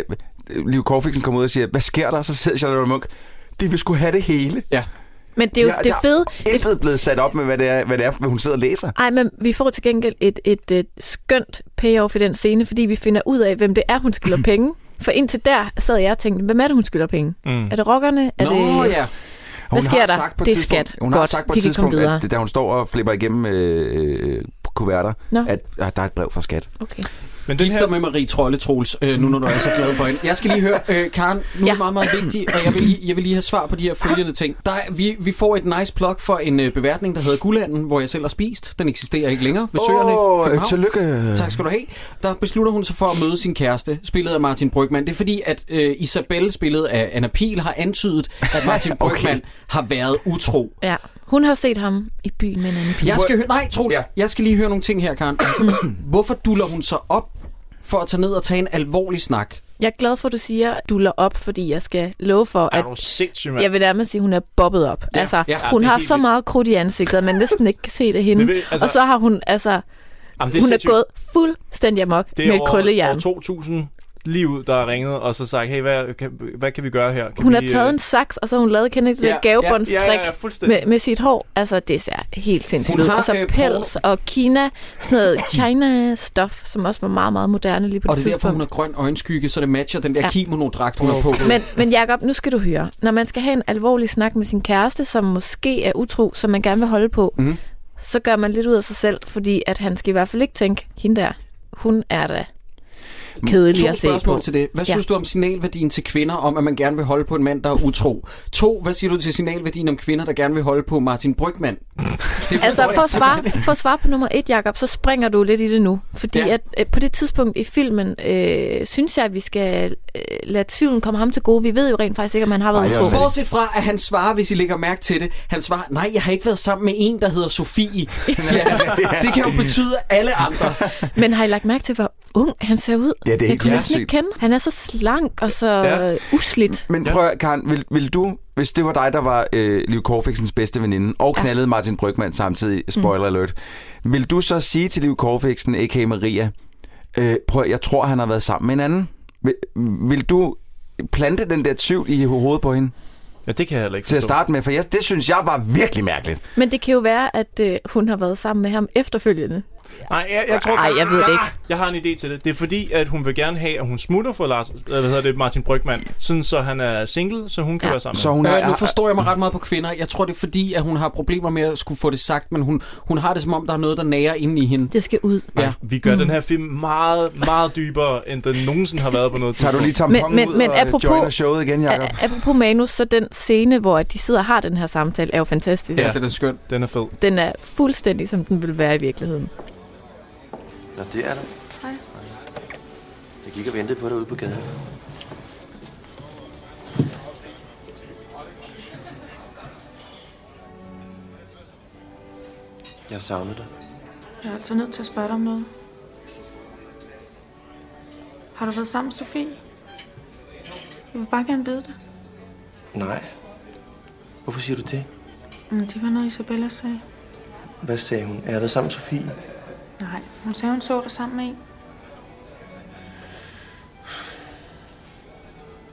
Liv Korfiksen kom ud og siger, hvad sker der? Så sidder Charlotte Munch, de vil sgu have det hele. Ja. Men det er jo det fede. Det er blevet sat op med, hvad det er, hvad hun sidder og læser. Nej, men vi får til gengæld et skønt payoff i den scene, fordi vi finder ud af, hvem det er, hun skylder penge. For indtil der sad jeg og tænkte, hvem er det, hun skylder penge? Er det rockerne? Ja. Hvad sker der? Det er skat. Hun har sagt på et tidspunkt, at da hun står og flipper igennem kuverter, at der er et brev fra skat. Okay. Men gifter med Marie Trolle, Troels, nu når du er så glad for hende. Jeg skal lige høre, Karen, nu er det meget, meget vigtigt, og jeg vil lige have svar på de her følgende ting. Vi får et nice plug for en beværtning, der hedder Guldanden, hvor jeg selv har spist. Den eksisterer ikke længere ved søerne. Tillykke. Tak skal du have. Der beslutter hun sig for at møde sin kæreste, spillet af Martin Brygmann. Det er fordi, at Isabelle, spillet af Anna Pihl, har antydet, at Martin Brygmann har været utro. Ja. Hun har set ham i byen med en anden pige. Jeg skal lige høre nogle ting her, Karen. Hvorfor duller hun så op for at tage ned og tage en alvorlig snak? Jeg er glad for, at du siger, duller op, fordi jeg skal love for, at jeg vil nærmest sige, at hun er bobbet op. Hun har så meget krudt i ansigtet, at man næsten ikke kan se det hende. Og så har hun, hun er gået fuldstændig amok med et krøllejern. Det er år 2000 lige ud, der er ringet, og så sagt, hey, hvad kan vi gøre her? Hun har taget en saks, og så har hun lavet et gavebåndstrik med sit hår. Altså, det ser helt sindssygt ud. Og så pels og Kina, sådan noget China-stof, som også var meget, meget moderne lige på det tidspunkt. Og det er derfor, hun har grøn øjenskygge, så det matcher den der kimono-dragt, hun har på. Men Jacob, nu skal du høre. Når man skal have en alvorlig snak med sin kæreste, som måske er utro, som man gerne vil holde på, så gør man lidt ud af sig selv, fordi at han skal i hvert fald ikke tænke, hende der, hun er da kedelig at se på. 2 spørgsmål til det. Hvad synes du om signalværdien til kvinder, om at man gerne vil holde på en mand, der er utro? 2, hvad siger du til signalværdien om kvinder, der gerne vil holde på Martin Brygmann? Altså, for at svare på nummer 1, Jacob, så springer du lidt i det nu. Fordi at på det tidspunkt i filmen, synes jeg, at vi skal lade tvivlen komme ham til gode. Vi ved jo rent faktisk ikke, om han har været utro. Bortset fra, at han svarer, hvis I lægger mærke til det, han svarer, nej, jeg har ikke været sammen med en, der hedder Sofie. Det kan jo betyde alle andre. Men har I lagt mærke til, hvor ung han ser ud? Ja, det er helt sindssygt. Han er så slank og så uslidt. Men prøv, Karen, vil du, hvis det var dig, der var Liv Korfiksens bedste veninde, og knaldede Martin Brygmann samtidig, spoiler alert, vil du så sige til Liv Korfiksen, a.k.a. Maria, prøv, jeg tror, han har været sammen med en anden? Vil du plante den der tvivl i hovedet på hende? Ja, det kan jeg heller ikke forstå. Til at starte med, for det synes jeg var virkelig mærkeligt. Men det kan jo være, at hun har været sammen med ham efterfølgende. Nej, jeg tror... jeg ved det ikke. Jeg har en idé til det. Det er fordi, at hun vil gerne have, at hun smutter for Martin Brygmann, sådan så han er single, så hun kan være sammen med ham. Nu forstår jeg mig ret meget på kvinder. Jeg tror, det er fordi, at hun har problemer med at skulle få det sagt, men hun har det som om, der er noget, der nærer inde i hende. Det skal ud. Ja. Vi gør den her film meget, meget dybere, end den nogensinde har været på noget tidspunkt. Tager du lige tamponen ud og joiner showet igen, Jacob? Apropos manus, så den scene, hvor de sidder og har den her samtale, er jo fantastisk. Ja, den er skøn. Den er fed. Den er fuldstændig, som den vil være i virkeligheden. Nå, det er der. Hej. Jeg gik og ventede på dig ude på gaden. Jeg savner dig. Jeg er altså nødt til at spørge dig om noget. Har du været sammen med Sofie? Jeg vil bare gerne vide det. Nej. Hvorfor siger du det? Det var noget, Isabella sagde. Hvad sagde hun? Er jeg været sammen med Sofie? Nej, hun sagde, hun så dig sammen med en.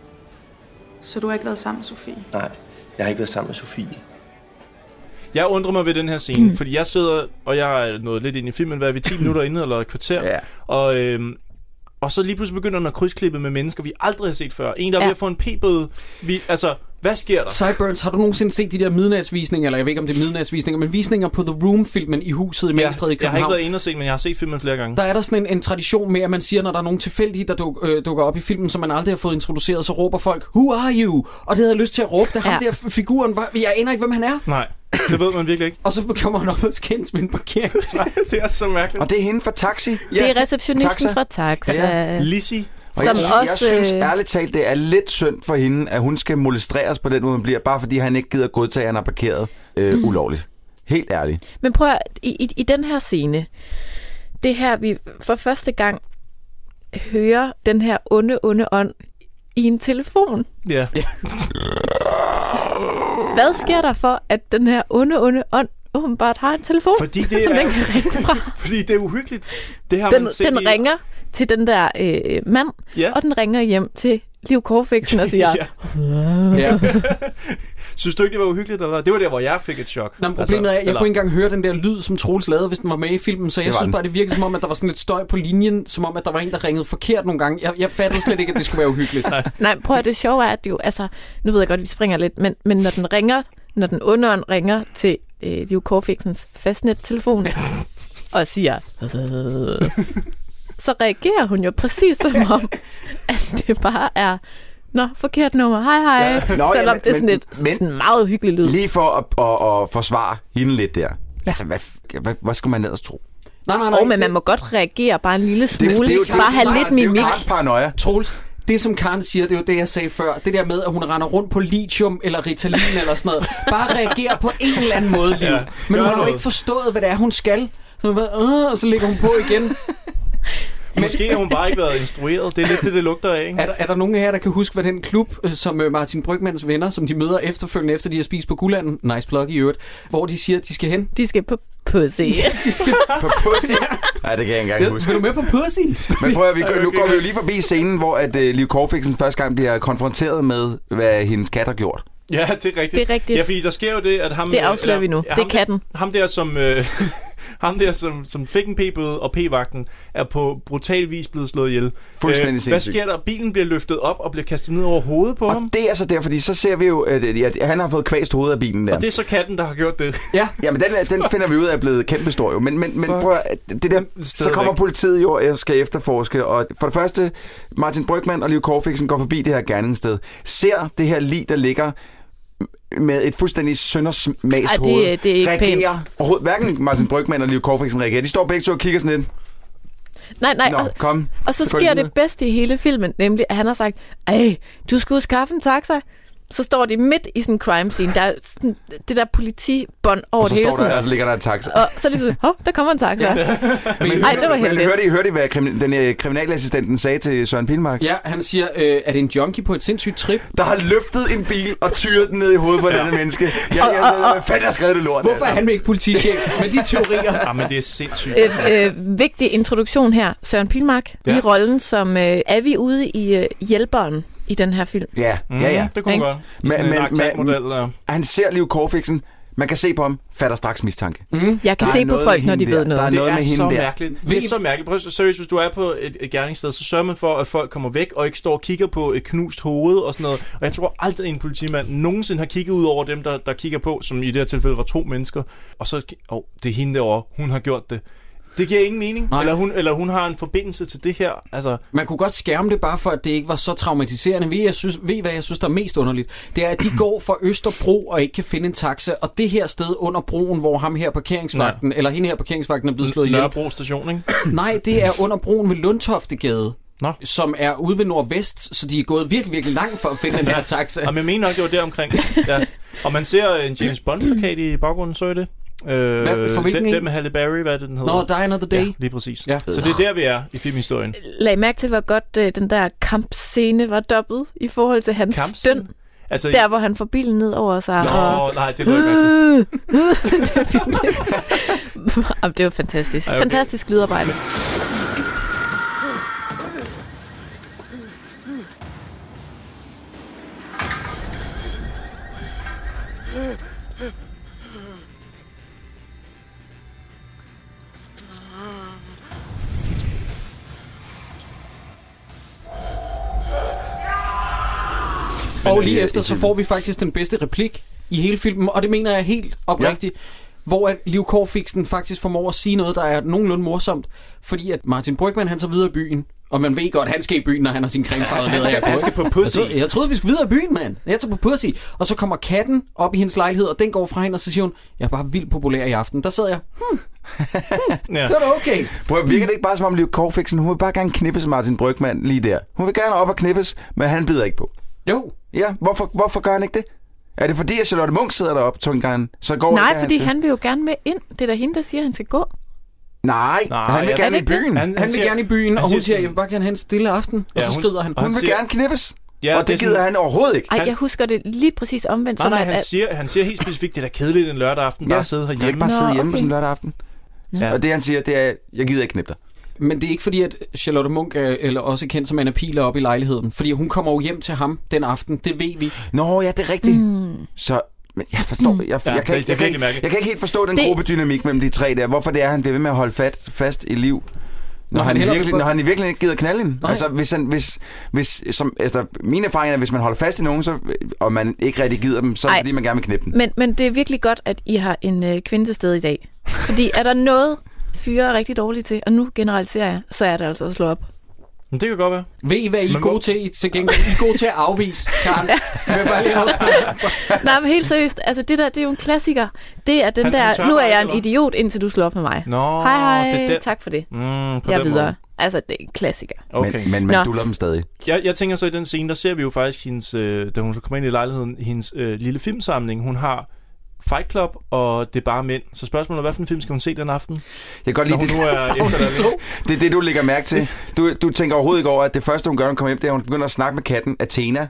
Så du har ikke været sammen med Sofie? Nej, jeg har ikke været sammen med Sofie. Jeg undrer mig ved den her scene, fordi jeg sidder, og jeg er nået lidt ind i filmen, hvad er vi 10 minutter inde, eller et kvarter, og så lige pludselig begynder den at krydsklippe med mennesker, vi aldrig har set før. En, der er ved at få en p-bøde. Hvad sker der? Sideburns, har du nogensinde set de der midnatsvisninger, eller jeg ved ikke om det er midnatsvisninger, men visninger på The Room-filmen i huset i Magstræde i København? Jeg har ikke været inde og set, men jeg har set filmen flere gange. Der er der sådan en tradition med, at man siger, når der er nogen tilfældige, der dukker op i filmen, som man aldrig har fået introduceret, så råber folk, who are you? Og det havde jeg lyst til at råbe, da ham der figuren var. Jeg aner ikke, hvem han er. Nej, det ved man virkelig ikke. Og så kommer han op og skændes med en parkeringsvej. Det er så mærkeligt. Og det er hende fra Taxi. Det er receptionisten fra Taxa. Ja. Lizzie. Og jeg synes ærligt talt, det er lidt synd for hende, at hun skal molesteres på den måde, hun bliver, bare fordi han ikke gider godtage, at han har parkeret ulovligt. Helt ærligt. Men prøv at, i den her scene, det her, vi for første gang hører den her onde ånd i en telefon. Ja. Hvad sker der for, at den her onde ånd åbenbart har en telefon, fordi det som er, den kan ringe fra? Fordi det er uhyggeligt. Det har den ringer til den der mand, og den ringer hjem til Liv Korfixen og siger... Ja. Synes du ikke, det var uhyggeligt? Eller? Det var der, hvor jeg fik et chok. Nå, problemet er, at jeg kunne ikke engang høre den der lyd, som Troels lavede, hvis den var med i filmen, så jeg synes bare, det virkede som om, at der var sådan lidt støj på linjen, som om, at der var en, der ringede forkert nogle gange. Jeg fattede slet ikke, at det skulle være uhyggeligt. Nej, prøv at det sjove er, at det jo... Altså, nu ved jeg godt, at vi springer lidt, men når den ringer, når den onde ringer til Liv Korfixens fastnet-telefon og siger... så reagerer hun jo præcis som om, at det bare er forkert nummer, hej. Ja. Selvom det er sådan et sådan meget hyggeligt lyd. Lige for at forsvare hende lidt der. Altså, hvad skal man ellers tro? Nej. Men man må godt reagere bare en lille smule. Bare have lidt mimik. Det er jo paranoia. Troels, det som Karen siger, det er jo det, jeg sagde før. Det der med, at hun render rundt på lithium eller Ritalin eller sådan noget. Bare reagere på en eller anden måde, Liv. Men hun har jo ikke forstået, hvad det er, hun skal. Så hun og så lægger hun på igen. Måske har hun bare ikke været instrueret. Det er lidt det lugter af, ikke? Er der nogen af jer, der kan huske, hvad den klub, som Martin Brygmans venner, som de møder efterfølgende, efter de har spist på Guldanden, nice plug i øvrigt, hvor de siger, at de skal hen? De skal på Pussy. Ja, de skal på Pussy? Nej, det kan jeg ikke engang huske. Skal du med på Pussy? Men prøv at nu går vi jo lige forbi scenen, hvor at Liv Korfixen første gang bliver konfronteret med, hvad hendes kat har gjort. Ja, det er rigtigt. Det er rigtigt. Ja, fordi der sker jo det, at ham... Det afslører vi nu. Det er katten. Ham der, som fik en p-bøde, og p-vagten er på brutal vis blevet slået ihjel. Fuldstændig sindssygt. Hvad sker der? Bilen bliver løftet op og bliver kastet ned over hovedet på ham. Og det er så der, fordi så ser vi jo, at han har fået kvæst hovedet af bilen der. Og det er så katten, der har gjort det. Ja, men den finder vi ud af er blevet kæmpe stor jo. Men prøv at, det der, så kommer politiet jo og skal efterforske. Og for det første, Martin Brygman og Liv Korfixen går forbi det her gerningssted. Ser det her lig, der ligger med et fuldstændig søndersmast hoved. Det er ikke reagerer overhovedet. Hverken Martin Brygman og Liv Korfixen reagerer. De står begge to og kigger sådan lidt. Nej. Nå, kom. Og så sker det bedste i hele filmen, nemlig at han har sagt, du skulle skaffe en taxa. Så står de midt i sådan en crime scene. Der er sådan, det der politibånd over det hele. Og så ligger der en taxa. Og så lige sådan, der kommer en taxa. Det var heldigt. Men hørte I, hvad den kriminalassistenten sagde til Søren Pilmark? Ja, han siger, er det en junkie på et sindssygt trip? Der har løftet en bil og tyret den ned i hovedet på et andet menneske. Hvad fanden har skrevet det lort? Hvorfor er han ikke politichef med de teorier? Ja, men det er sindssygt. Vigtig introduktion her. Søren Pilmark i rollen som er vi ude i hjælperen i den her film. Ja. Det kunne godt. Men han ser Liv Korfixen. Man kan se på ham, fatter straks mistanke. Jeg kan se på folk, når de ved noget. Der er noget med hende der. Det er så mærkeligt. Prøv, seriøst, hvis du er på et gerningssted, så sørger man for, at folk kommer væk og ikke står og kigger på et knust hoved og sådan noget. Og jeg tror aldrig, en politimand nogensinde har kigget ud over dem, der kigger på, som i det her tilfælde var 2 mennesker. Og så, det er hende derovre. Hun har gjort det. Det giver ingen mening. Eller hun har en forbindelse til det her. Altså. Man kunne godt skærme det bare for, at det ikke var så traumatiserende. Ved hvad jeg synes, der er mest underligt? Det er, at de går fra Østerbro og ikke kan finde en taxa. Og det her sted under broen, hvor ham her parkeringsvagten, eller hende her parkeringsvagten er blevet slået ihjel. Nørrebro station, ikke? Nej, det er under broen ved Lundtoftegade. Som er ude ved Nordvest, så de er gået virkelig, virkelig langt for at finde den her taxa. Og jeg mener nok, det var deromkring. Ja. Og man ser en James Bond-plakat i baggrunden, så er det. Den med Halle Berry, hvad er det, den hedder? Die Another Day. Ja, lige præcis. Ja. Så det er der, vi er i filmhistorien. Lag mærke til, hvor godt den der kampscene var dobbelt i forhold til hans støn. Altså, der, hvor han får bilen ned over sig. Nej, det var ikke til. Det var fantastisk. Okay. Fantastisk lydarbejde. Og lige efter, så får vi faktisk den bedste replik i hele filmen, og det mener jeg helt oprigtigt. Ja. Hvor Liv Corfixen faktisk formår at sige noget, der er nogenlunde morsomt, fordi at Martin Brygmann, han tager videre i byen, og man ved godt, at han skal i byen, når han har sin cremefarvede læder. Han skal på pussy. Jeg troede, vi skulle videre i byen, mand. Jeg tager på pussy. Og så kommer katten op i hendes lejlighed, og den går fra hende, og så siger hun, jeg er bare vildt populær i aften. Der sad jeg, det er da okay. Prøv, virker det ikke bare som om Liv Corfixen, hun vil bare gerne knippes Martin Brygmann lige der. Hun vil gerne op og knippes, men han bider ikke på. Jo. Ja, hvorfor gør han ikke det? Er det fordi, at Charlotte Munch sidder deroppe, Tungan? Så går nej, fordi han vil jo gerne med ind. Det er da hende, der siger, at han skal gå. Nej, han vil gerne i byen. Han vil gerne i byen, og hun siger, jeg vil bare gerne have en stille aften. Og så skrider han. Hun vil gerne knippes. Ja, og det gider han overhovedet ikke. Ej, jeg husker det lige præcis omvendt. Han siger helt specifikt, det er da kedeligt en lørdag aften, bare sidde herhjemme. Jeg bare sidde hjemme på sådan en lørdag aften. Ja. Og det han siger, det er, jeg gider ikke knippe dig. Men det er ikke fordi, at Charlotte Munch eller også kendt som Anna Pihl er oppe i lejligheden. Fordi hun kommer jo hjem til ham den aften, det ved vi. Nå ja, det er rigtigt. Så men jeg forstår, jeg kan ikke helt forstå den gruppedynamik mellem de tre der. Hvorfor det er, han bliver ved med at holde fast i Liv. Når han virkelig ikke gider knalde hende. Altså, min erfaring er, at hvis man holder fast i nogen, så, og man ikke rigtig gider dem, så er det fordi, man gerne vil knippe dem. Men det er virkelig godt, at I har en kvinde til stede i dag. Fordi er der noget, fyre er rigtig dårligt til, og nu generaliserer jeg, så er det altså at slå op. Men det kan godt være. Ved I, hvad I er gode til? Til gengæld, I er gode til at afvise, Karen. Nej, men helt seriøst. Altså, det der, det er jo en klassiker. Det er den der, nu er jeg en idiot, indtil du slår op med mig. Hej, tak for det. Jeg videre. Altså, det er en klassiker. Okay. Men man duller dem stadig. Jeg tænker så i den scene, der ser vi jo faktisk, hendes, da hun så kommer ind i lejligheden, hendes lille filmsamling. Hun har Fight Club, og det er bare mænd. Så spørgsmålet er, hvad for en film skal hun se den aften? Jeg kan godt lide det. Det er det, du lægger mærke til. Du tænker overhovedet ikke over, at det første, hun gør, når hun kommer hjem, det er, at hun begynder at snakke med katten. Athena.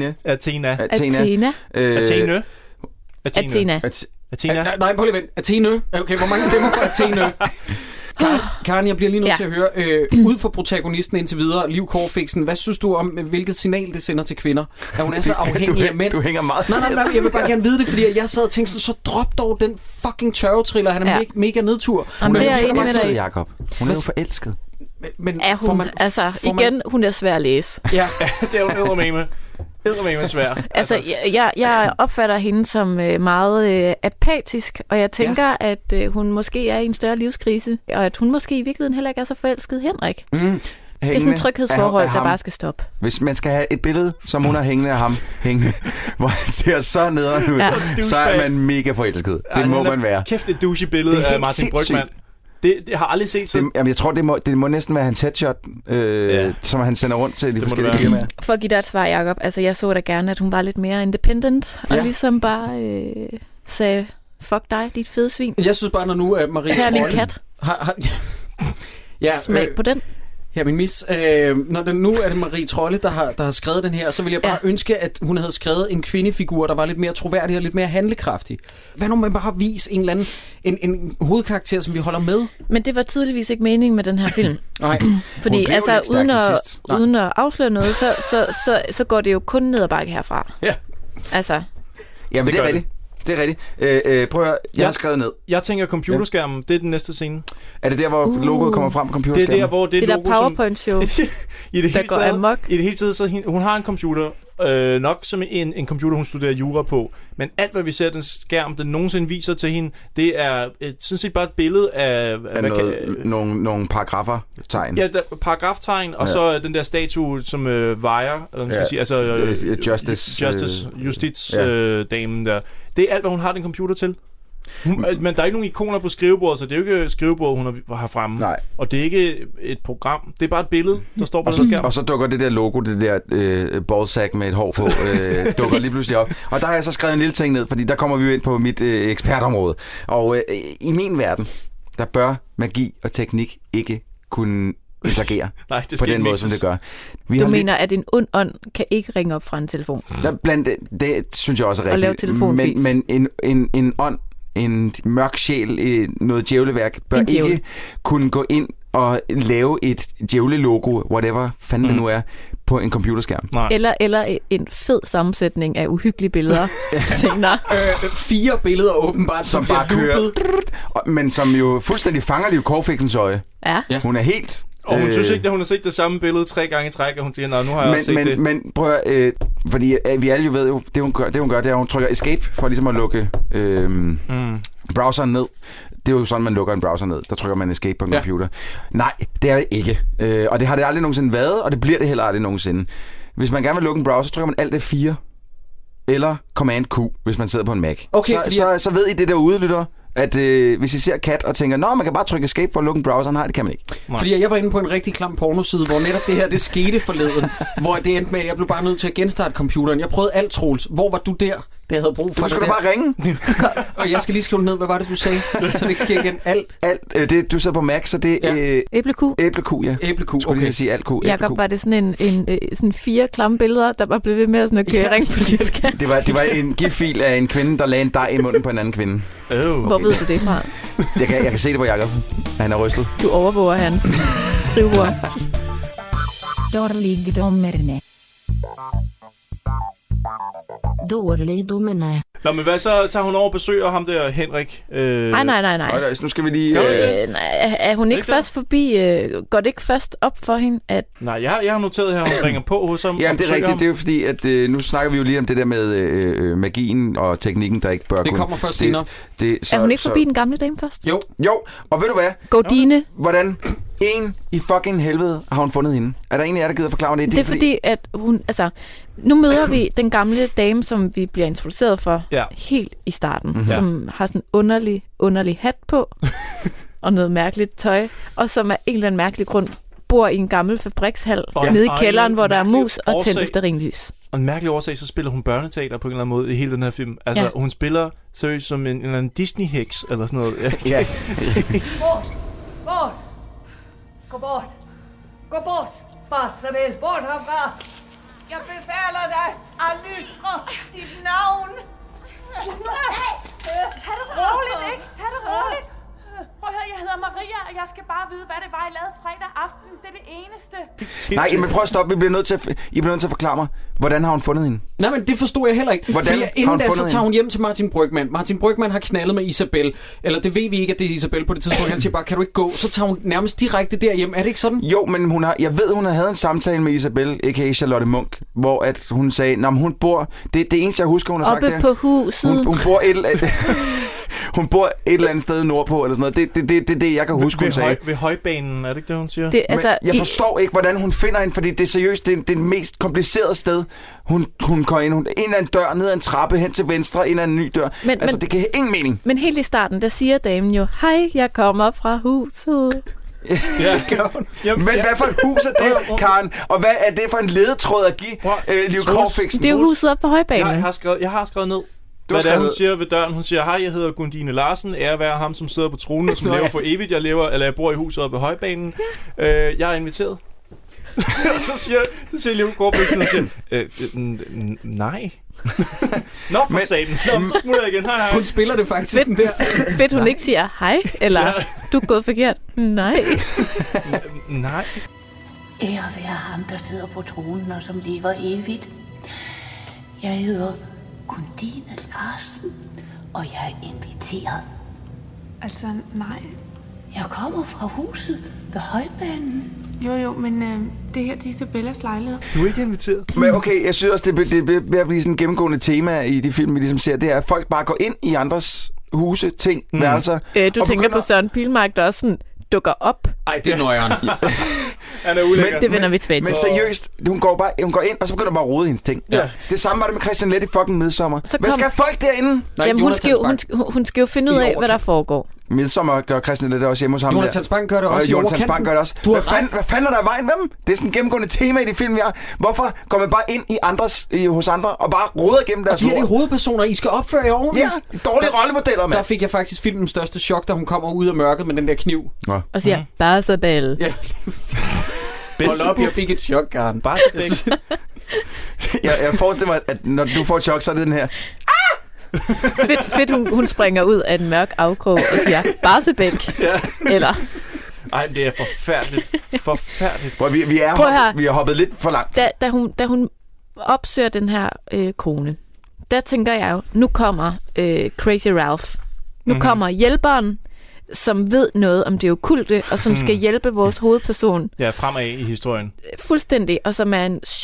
Nej, prøv lige vent. Athena. Okay, hvor mange stemmer for Athena? Karen, jeg bliver lige nødt til at høre, ud fra protagonisten indtil videre, Liv Corfixen, hvad synes du om, hvilket signal det sender til kvinder? At hun er så afhængig af mænd? Du hænger meget. Nej, jeg vil bare gerne vide det, fordi jeg sad og tænkte sådan, så drop dog den fucking tørvetriller, han er mega nedtur. Jamen, det er jeg enig med dig, Jacob. Hun er jo forelsket. Men er hun, hun er svær at læse. Ja, det er jo eddermame svær. Altså, jeg opfatter hende som meget apatisk, og jeg tænker, at hun måske er i en større livskrise, og at hun måske i virkeligheden heller ikke er så forelsket Henrik. Det er sådan et tryghedsforhold, der bare skal stoppe. Hvis man skal have et billede, som hun har hængende af ham, hvor han ser så nederen ud, så er man mega forelsket. Det må man være. Kæft et douche-billede af Martin Brygmann. Det har aldrig set sådan. Jeg tror, det må næsten være hans headshot, som han sender rundt til de forskellige firmaer. For at give dig et svar, Jacob, altså jeg så da gerne, at hun var lidt mere independent, og ligesom bare sagde, fuck dig, dit fede svin. Jeg synes bare, når nu er Marie Trolle... Her er min kat. Smag på den. Ja, min mis. Når nu er det Marie Trolle, der har skrevet den her, så vil jeg bare ønske, at hun havde skrevet en kvindefigur, der var lidt mere troværdig og lidt mere handlekraftig. Hvad nu med bare vise en eller anden en hovedkarakter, som vi holder med? Men det var tydeligvis ikke meningen med den her film. Nej. Fordi altså, uden at afsløre noget, så går det jo kun ned ad bakke herfra. Ja. Altså. Ja, men det er rigtigt. Det er rigtigt. Prøv at høre, jeg har skrevet ned. Jeg tænker computerskærmen, det er den næste scene. Er det der, hvor logoet kommer frem på computerskærmen? Det er der, hvor det logo, der PowerPoint-show, der går amok. I det hele taget, så hun har en computer, nok som en computer, hun studerer jura på. Men alt, hvad vi ser den skærm, den nogensinde viser til hende, det er sådan set bare et billede af nogle paragraffer-tegn. Ja, paragraftegn, og så den der statue, som vejer, eller man skal sige, altså justitsdamen der. Det er alt, hvad hun har den computer til. Men der er ikke nogen ikoner på skrivebordet, så det er jo ikke skrivebordet, hun har fremme. Nej. Og det er ikke et program. Det er bare et billede, der står på den skærm. Og så dukker det der logo, det der ballsack med et hår på, dukker lige pludselig op. Og der har jeg så skrevet en lille ting ned, fordi der kommer vi jo ind på mit ekspertområde. Og i min verden, der bør magi og teknik ikke kunne interagere på den måde, som det gør. Du mener, at en ond ånd kan ikke ringe op fra en telefon? Det synes jeg også er rigtigt. Og lave telefonfis. Men en ånd, en mørk sjæl, noget djævleværk, bør ikke kunne gå ind og lave et djævlelogo, whatever fanden det nu er, på en computerskærm. Nej. Eller en fed sammensætning af uhyggelige billeder. 4 billeder åbenbart, som bare kører, men som jo fuldstændig fanger Liv Corfixens øje. Ja. Hun er helt... Og hun synes ikke, at hun har set det samme billede 3 gange i træk, og hun siger, nu har jeg også set det. Men prøv at, Fordi vi alle jo ved jo, det hun gør, det er, at hun trykker escape for ligesom at lukke browseren ned. Det er jo sådan, man lukker en browser ned. Der trykker man escape på en computer. Nej, det er det ikke. Og det har det aldrig nogensinde været, og det bliver det heller aldrig nogensinde. Hvis man gerne vil lukke en browser, så trykker man Alt F4 eller Command Q, hvis man sidder på en Mac. Okay, så ved I det derude, lytter, at hvis I ser kat og tænker, man kan bare trykke escape for at lukke en browser. Nej, det kan man ikke. Fordi jeg var inde på en rigtig klam pornoside, hvor netop det her, det skete forleden. Hvor det endte med, at jeg blev bare nødt til at genstarte computeren. Jeg prøvede alt, Troels. Hvor var du der? Det havde brug for. Du skulle bare ringe. Og jeg skal lige skrive ned, hvad var det, du sagde? Så det ikke sker igen. Alt. Det, du sidder på Mac, så det er... Æblekug. Æblekug, ja. Æblekug, okay. Skulle sige alt ku. Jakob, var det sådan sådan 4 klamme billeder, der bare blev ved med at køre ring på diska? Det var en gif-fil af en kvinde, der lagde en dej i munden på en anden kvinde. Okay. Hvor ved du det fra? Jeg kan se det på Jakob. Han er rystet. Du overvåger hans skrivebord. Dårligdommerne. Dårligdommerne. Nå, men hvad så tager hun over og besøger ham der, Henrik? Nej. Nu skal vi lige... Er hun ikke først forbi... går det ikke først op for hende, at... Nej, jeg har noteret her, hun ringer på hos ham. Jamen, det er rigtigt. Det er jo fordi, at nu snakker vi jo lige om det der med magien og teknikken, der ikke bør kunne... Det kommer først senere. Er hun ikke forbi den gamle dame først? Jo. Og ved du hvad? Godine. Hvordan... i fucking helvede har hun fundet hende? Er der en af jer, der gider forklare det? Det er fordi, at hun... Altså, nu møder vi den gamle dame, som vi bliver introduceret for helt i starten. Som har sådan en underlig hat på. Og noget mærkeligt tøj. Og som af en eller anden mærkelig grund bor i en gammel fabrikshal nede i kælderen, hvor der er mus og tændte stearinlys. Og en mærkelig årsag, så spiller hun børneteater på en eller anden måde i hele den her film. Altså, hun spiller seriøst som en eller anden Disney-heks eller sådan noget. Bort! Gå bort! Gå bort! Bartsabel, bort herfra! Jeg befaler dig at lystre dit navn! Tag det roligt, ikke? Tag det roligt! Prøv at høre, jeg hedder Maria, og jeg skal bare vide, hvad det var, I lavede fredag aften. Det er det eneste. Nej, men prøv at stoppe. I bliver nødt til at forklare mig, hvordan har hun fundet hende? Nej, men det forstod jeg heller ikke. Fordi inden da, så tager hun hjem til Martin Brygmann. Martin Brygmann har knaldet med Isabel. Eller det ved vi ikke, at det er Isabel på det tidspunkt. Han siger bare, kan du ikke gå? Så tager hun nærmest direkte derhjem. Er det ikke sådan? Jo, men jeg ved, hun havde en samtale med Isabel, a.k.a. Charlotte Munch, hvor at hun sagde, hun bor... Det eneste, jeg husker, hun har sagt, oppe på huset. Hun bor hun bor et eller andet sted nordpå, eller sådan noget. Det er det, jeg kan huske, hun sagde. Ved højbanen, er det ikke det, hun siger? Jeg forstår ikke, hvordan hun finder hende, fordi det er seriøst, det er det mest komplicerede sted. Hun går ind, en eller anden dør, ned ad en trappe, hen til venstre, en eller anden ny dør. Det kan have ingen mening. Men helt i starten, der siger damen jo, hej, jeg kommer fra huset. Men hvad for et hus er det, Karen? Og hvad er det for en ledetråd at give Liv Korfiksen? Det er jo huset op på højbanen. Jeg har skrevet ned. Hvad det er, hun siger ved døren? Hun siger, hej, jeg hedder Gundine Larsen. Ære være ham, som sidder på tronen, som lever for evigt. Jeg bor i huset oppe ved højbanen. Jeg er inviteret. Og så siger Liv Korfiksen, nej. Nå, for satan. Så smutter jeg igen. Hej. Hun spiller det faktisk sådan der. Fedt, hun ikke siger hej, eller du er gået forkert. Nej. Nej. Ære være ham, der sidder på tronen og som lever evigt. Jeg hedder Gundine Larsen, og jeg er inviteret. Altså, nej. Jeg kommer fra huset ved højbanen. Jo, men det her er Isabellas lejlighed. Du er ikke inviteret. Men okay, jeg synes også, det vil blive sådan et gennemgående tema i de film, vi ligesom ser. Det er, at folk bare går ind i andres huse, ting, værelser. Du tænker på Søren Pilmark, der også sådan dukker op. Ej, det er nøjeren. Han er ulækker. Det vender vi tilbage til. Men seriøst, hun går ind, og så begynder bare at rode hendes ting. Ja. Det samme var det med Christian Leth i fucking Midsommer. Hvad skal folk derinde? Jamen, hun skal jo finde ud af, hvad der foregår. Midsommer gør Christian Leth også hjemme hos ham. Jonathan Spang gør det også. Og Jonathan Spang gør det også. Hvad fanden er der i vejen med dem? Det er sådan et gennemgående tema i de film, vi har. Hvorfor går man bare ind hos andre og bare roder gennem deres ord? De er de hovedpersoner, I skal opføre jer ordentligt. Ja, dårlige rollemodeller, mand. Der fik jeg faktisk filmens største chok, da hun kommer ud af mørket med den der kniv. Og siger, Barsabel. Ja. Hold op, jeg fik et chok, Karen. Barsabel. Jeg forestiller mig, at når du får et chok, så er det den her... Fedt, hun springer ud af en mørk afkrog og siger, Barsebæk. Ja. Eller... Ej, det er forfærdeligt. Vi har hoppet lidt for langt. Da hun opsøger den her kone, der tænker jeg jo, nu kommer Crazy Ralph. Nu kommer hjælperen, som ved noget om det okkulte, og som skal hjælpe vores hovedperson. Ja, fremad i historien. Fuldstændig, og som er en sjov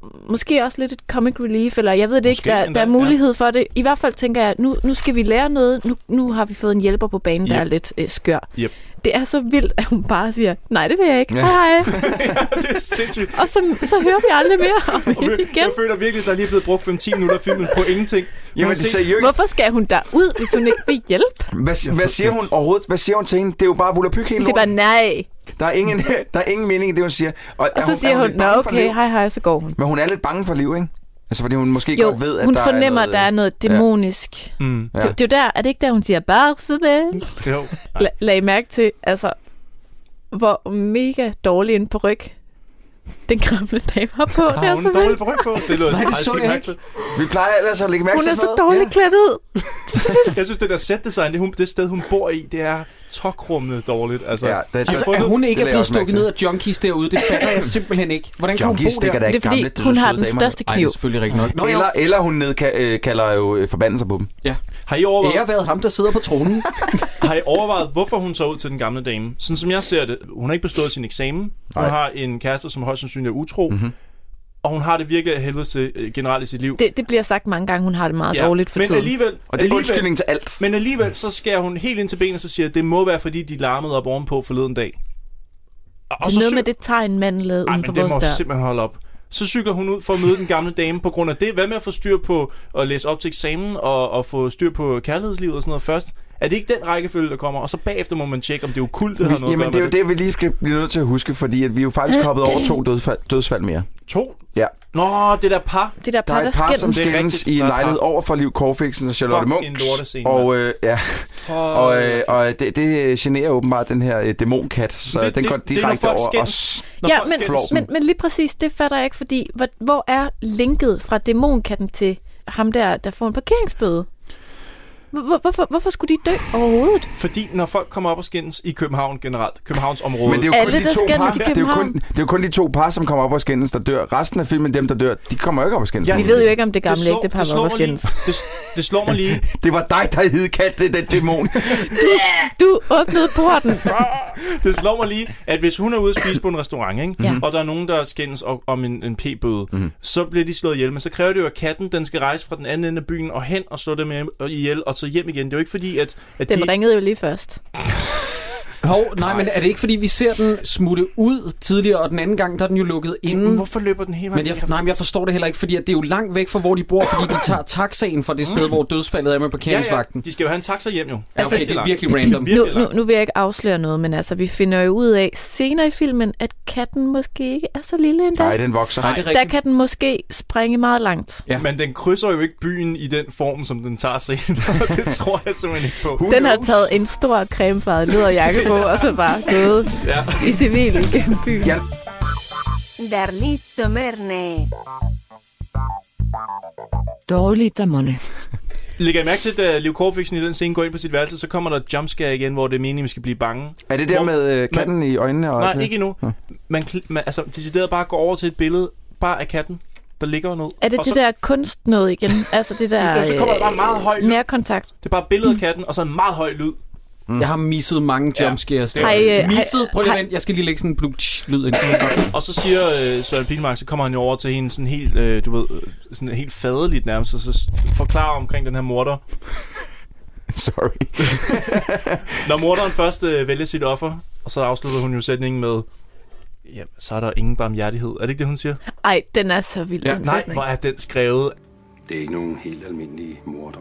måske også lidt et comic relief, eller jeg ved det ikke, der er mulighed for det. I hvert fald tænker jeg, nu skal vi lære noget. Nu har vi fået en hjælper på banen, der er lidt skør. Yep. Det er så vildt, at hun bare siger, nej, det vil jeg ikke. Hej. Ja, det er sindssygt. Og så hører vi aldrig mere om det igen. Jeg føler virkelig, at der lige er blevet brugt 5-10 minutter af filmen på ingenting. Jamen, seriøst. Hvorfor skal hun derud, hvis hun ikke vil hjælpe? Hvad siger hun overhovedet? Hvad siger hun til hende? Det er jo bare volapyk hele lorten. Hun siger bare nej. Der er ingen mening i det, hun siger. Og så siger hun, nå okay, hej, så går hun. Men hun er lidt bange for liv, ikke? Altså, fordi hun måske godt ved, at hun der fornemmer, at der er noget dæmonisk. Ja. Det er jo der, er det ikke der, hun siger, bare sådan? Jo. Lag I mærke til, altså, hvor mega dårlig en peruk den gamle dame har på. Har hun en dårlig peruk på? Det lød nej, det så jeg ikke. Vi plejer ellers at lægge mærke til noget. Hun er så dårligt klædt ud. Jeg synes, det der set-design, det sted, hun bor i, det er tokrummet dårligt. Altså, at hun ikke er blevet stukket ned af junkies derude, det fatter jeg simpelthen ikke. Hvordan kan hun bo der? Det er fordi, hun har den største kniv. Ej, det er selvfølgelig rigtigt nok. Eller hun kalder jo forbandelser på dem. Ja. Har I overvejet... Det har været ham, der sidder på tronen. Har I overvejet, hvorfor hun så ud til den gamle dame? Sådan som jeg ser det, hun har ikke bestået sin eksamen. Hun har en kæreste, som højst sandsynligt er utro. Mm-hmm. Og hun har det virkelig af helvede til generelt i sit liv. Det bliver sagt mange gange, hun har det meget dårligt for tiden. Alligevel, og det er undskyldning til alt. Men alligevel, så skærer hun helt ind til benet, og så siger, at det må være, fordi de larmede op ovenpå forleden dag. Og det er noget med det tegn, manden lavede uden for vores dør. Det må simpelthen holde op. Så cykler hun ud for at møde den gamle dame på grund af det. Hvad med at få styr på at læse op til eksamen og få styr på kærlighedslivet og sådan noget først? Er det ikke den rækkefølge, der kommer? Og så bagefter må man tjekke, om det er okkult, det har noget. Jamen, det er jo det, vi lige skal blive nødt til at huske, fordi at vi er jo faktisk hoppet over 2 dødsfald mere. 2? Ja. Nå, det der par. Det der par, der er et par, som skændes i en lejlighed over for Liv Korfixen og Charlotte Munch. En lortescene. Og det generer åbenbart den her dæmonkat, så den går direkte over os. Ja, men lige præcis, det fatter jeg ikke, fordi hvor er linket fra dæmonkatten til ham der får en parkeringsbøde? Hvorfor skulle de dø overhovedet? Fordi når folk kommer op og skændes i København generelt, Københavns område. Men det er jo kun de 2 par. Det er jo kun de 2 par, som kommer op og skændes, der dør. Resten af filmen, dem der dør, de kommer jo ikke op og skændes. Ja, vi ved jo ikke, om det gamle ægtepar var op og skændes. Det slår mig lige. Det var dig, der hed Kat, det den dæmon. Du åbnede porten. Det slår mig lige, at hvis hun er ude at spise på en restaurant, ikke? Ja. Og der er nogen, der skændes om en p-bøde, så bliver de slået ihjel. Men så kræver det jo, at katten den skal rejse fra den anden ende af byen og hen og slå dem ihjel og så hjem igen. Det er jo ikke fordi, at den ringede jo lige først. Nej, men er det ikke fordi, vi ser den smutte ud tidligere, og den anden gang, der er den jo lukket inden? Hvorfor løber den hele vejen? Men jeg forstår det heller ikke, fordi at det er jo langt væk fra, hvor de bor, fordi de tager taxaen fra det sted, hvor dødsfaldet er med parkeringsvagten. Ja. De skal jo have en taxa hjem jo. Altså, okay, det er virkelig random. Nu vil jeg ikke afsløre noget, men altså, vi finder jo ud af senere i filmen, at katten måske ikke er så lille endda. Nej, den vokser. Der kan den måske springe meget langt. Ja. Men den krydser jo ikke byen i den form, som den tager senere. Det tror jeg simpelthen ikke på. Den har taget en stor cremefarvet læderjakke på, og så bare gået i civil igennem byen. Ja. Darlito Merne. Dårligdommerne. Lægger I mærke til, at da Liv Korfixen i den scene går ind på sit værelse, så kommer der et jumpscare igen, hvor det er meningen, vi skal blive bange. Er det der med katten i øjnene? Og nej, ikke endnu. Man altså decideret bare går over til et billede bare af katten, der ligger noget. Er det det der kunst noget igen? Altså det der så kommer der bare meget høj lyd. Nærkontakt. Det er bare billedet af katten, og så en meget høj lyd. Jeg har misset mange jumpscares. Prøv lige vent, jeg skal lige lægge sådan en blutsch-lyd ind. Og så siger Søren Pilmark, så kommer han jo over til hende sådan helt, sådan helt faderligt nærmest, og så forklarer omkring den her morder. Sorry. Når morderen først vælger sit offer, og så afslutter hun jo sætningen med, ja, så er der ingen barmhjertighed. Er det ikke det, hun siger? Ej, den er så vild, den nej, sætning. hvor er den skrevet? Det er ikke nogen helt almindelige morder.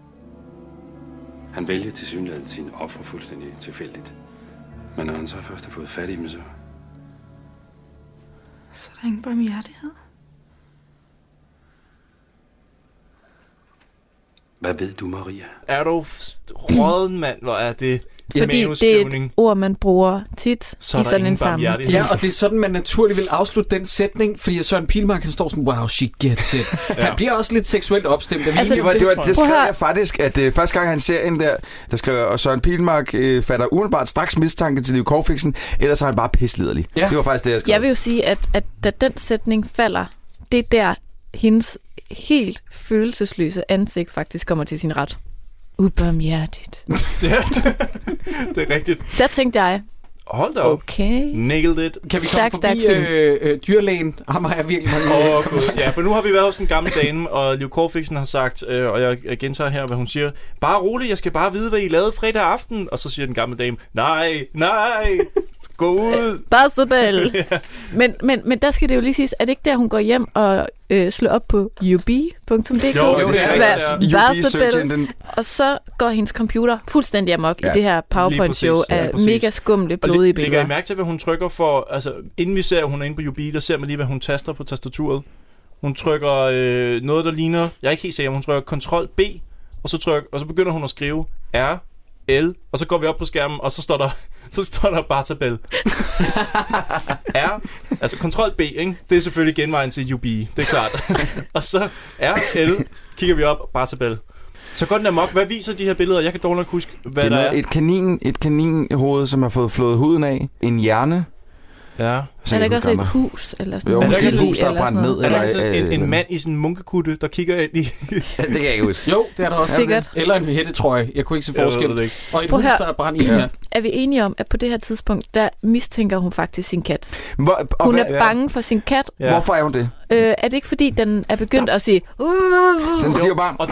Han vælger tilsyneladende sine offer fuldstændig tilfældigt. Men når han så først har fået fat i dem, så er der ingen barmhjertighed. Hvad ved du, Maria? Er du råden mand, hvor er det? Fordi det er et ord, man bruger tit i sådan en sammenhæng. Ja, og det er sådan, man naturligt vil afslutte den sætning, fordi Søren Pilmark, han står sådan, wow, she gets it. Han bliver også lidt seksuelt opstemt. Altså, det skrev jeg faktisk, at første gang han ser en der skrev, og Søren Pilmark fatter umiddelbart straks mistanke til Liv Korfixen, ellers er han bare pissliderlig. Ja. Det var faktisk det, jeg skrev. Jeg vil jo sige, at da den sætning falder, det er der hendes helt følelsesløse ansigt faktisk kommer til sin ret. Ubarmhjertigt. Ja, det er rigtigt. Der tænkte jeg, Hold da op. Okay. Nailed it. Kan vi komme forbi dyrlægen? Ham har jeg virkelig mange God. Ja, for nu har vi været hos en gammel dame, og Liv Korfiksen har sagt, og jeg gentager her, hvad hun siger. Bare roligt, jeg skal bare vide, hvad I lavede fredag aften. Og så siger den gamle dame, nej, gå ud. Barsebel. Men der skal det jo lige siges, er det ikke der, hun går hjem og slår op på ub.dk? Jo, det er Barsebel. Og så går hendes computer fuldstændig amok i det her PowerPoint-show af mega skumle, blodige billeder. Lægger I mærke til, hvad hun trykker for? Altså, inden vi ser, at hun er inde på UB, der ser man lige, hvad hun taster på tastaturet. Hun trykker noget, der ligner... Jeg er ikke helt sikker, hun trykker Ctrl-B, og så begynder hun at skrive R, L, og så går vi op på skærmen, og så står der Barsebel. R, altså Ctrl-B, ikke? Det er selvfølgelig genvejen til UB, det er klart. Og så R, L, kigger vi op, Barsebel. Så går den amok. Hvad viser de her billeder? Jeg kan dårligt huske, hvad det der er. Et kaninhoved, som har fået flået huden af. En hjerne. Ja. Er der ikke også et hus? Eller sådan jo, måske et hus, der er brændt ned. Er der ikke en mand i sådan en munkekutte, der kigger ind i... Ja, det kan jeg ikke huske. Jo, det er der også. Sikkert. Eller en hættetrøje. Jeg kunne ikke se forskel. Og et hus, der er brændt i. Ja. Er vi enige om, at på det her tidspunkt, der mistænker hun faktisk sin kat? Hun er bange for sin kat. Ja. Hvorfor er hun det? Er det ikke fordi, den er begyndt at sige... Den siger bare... Og den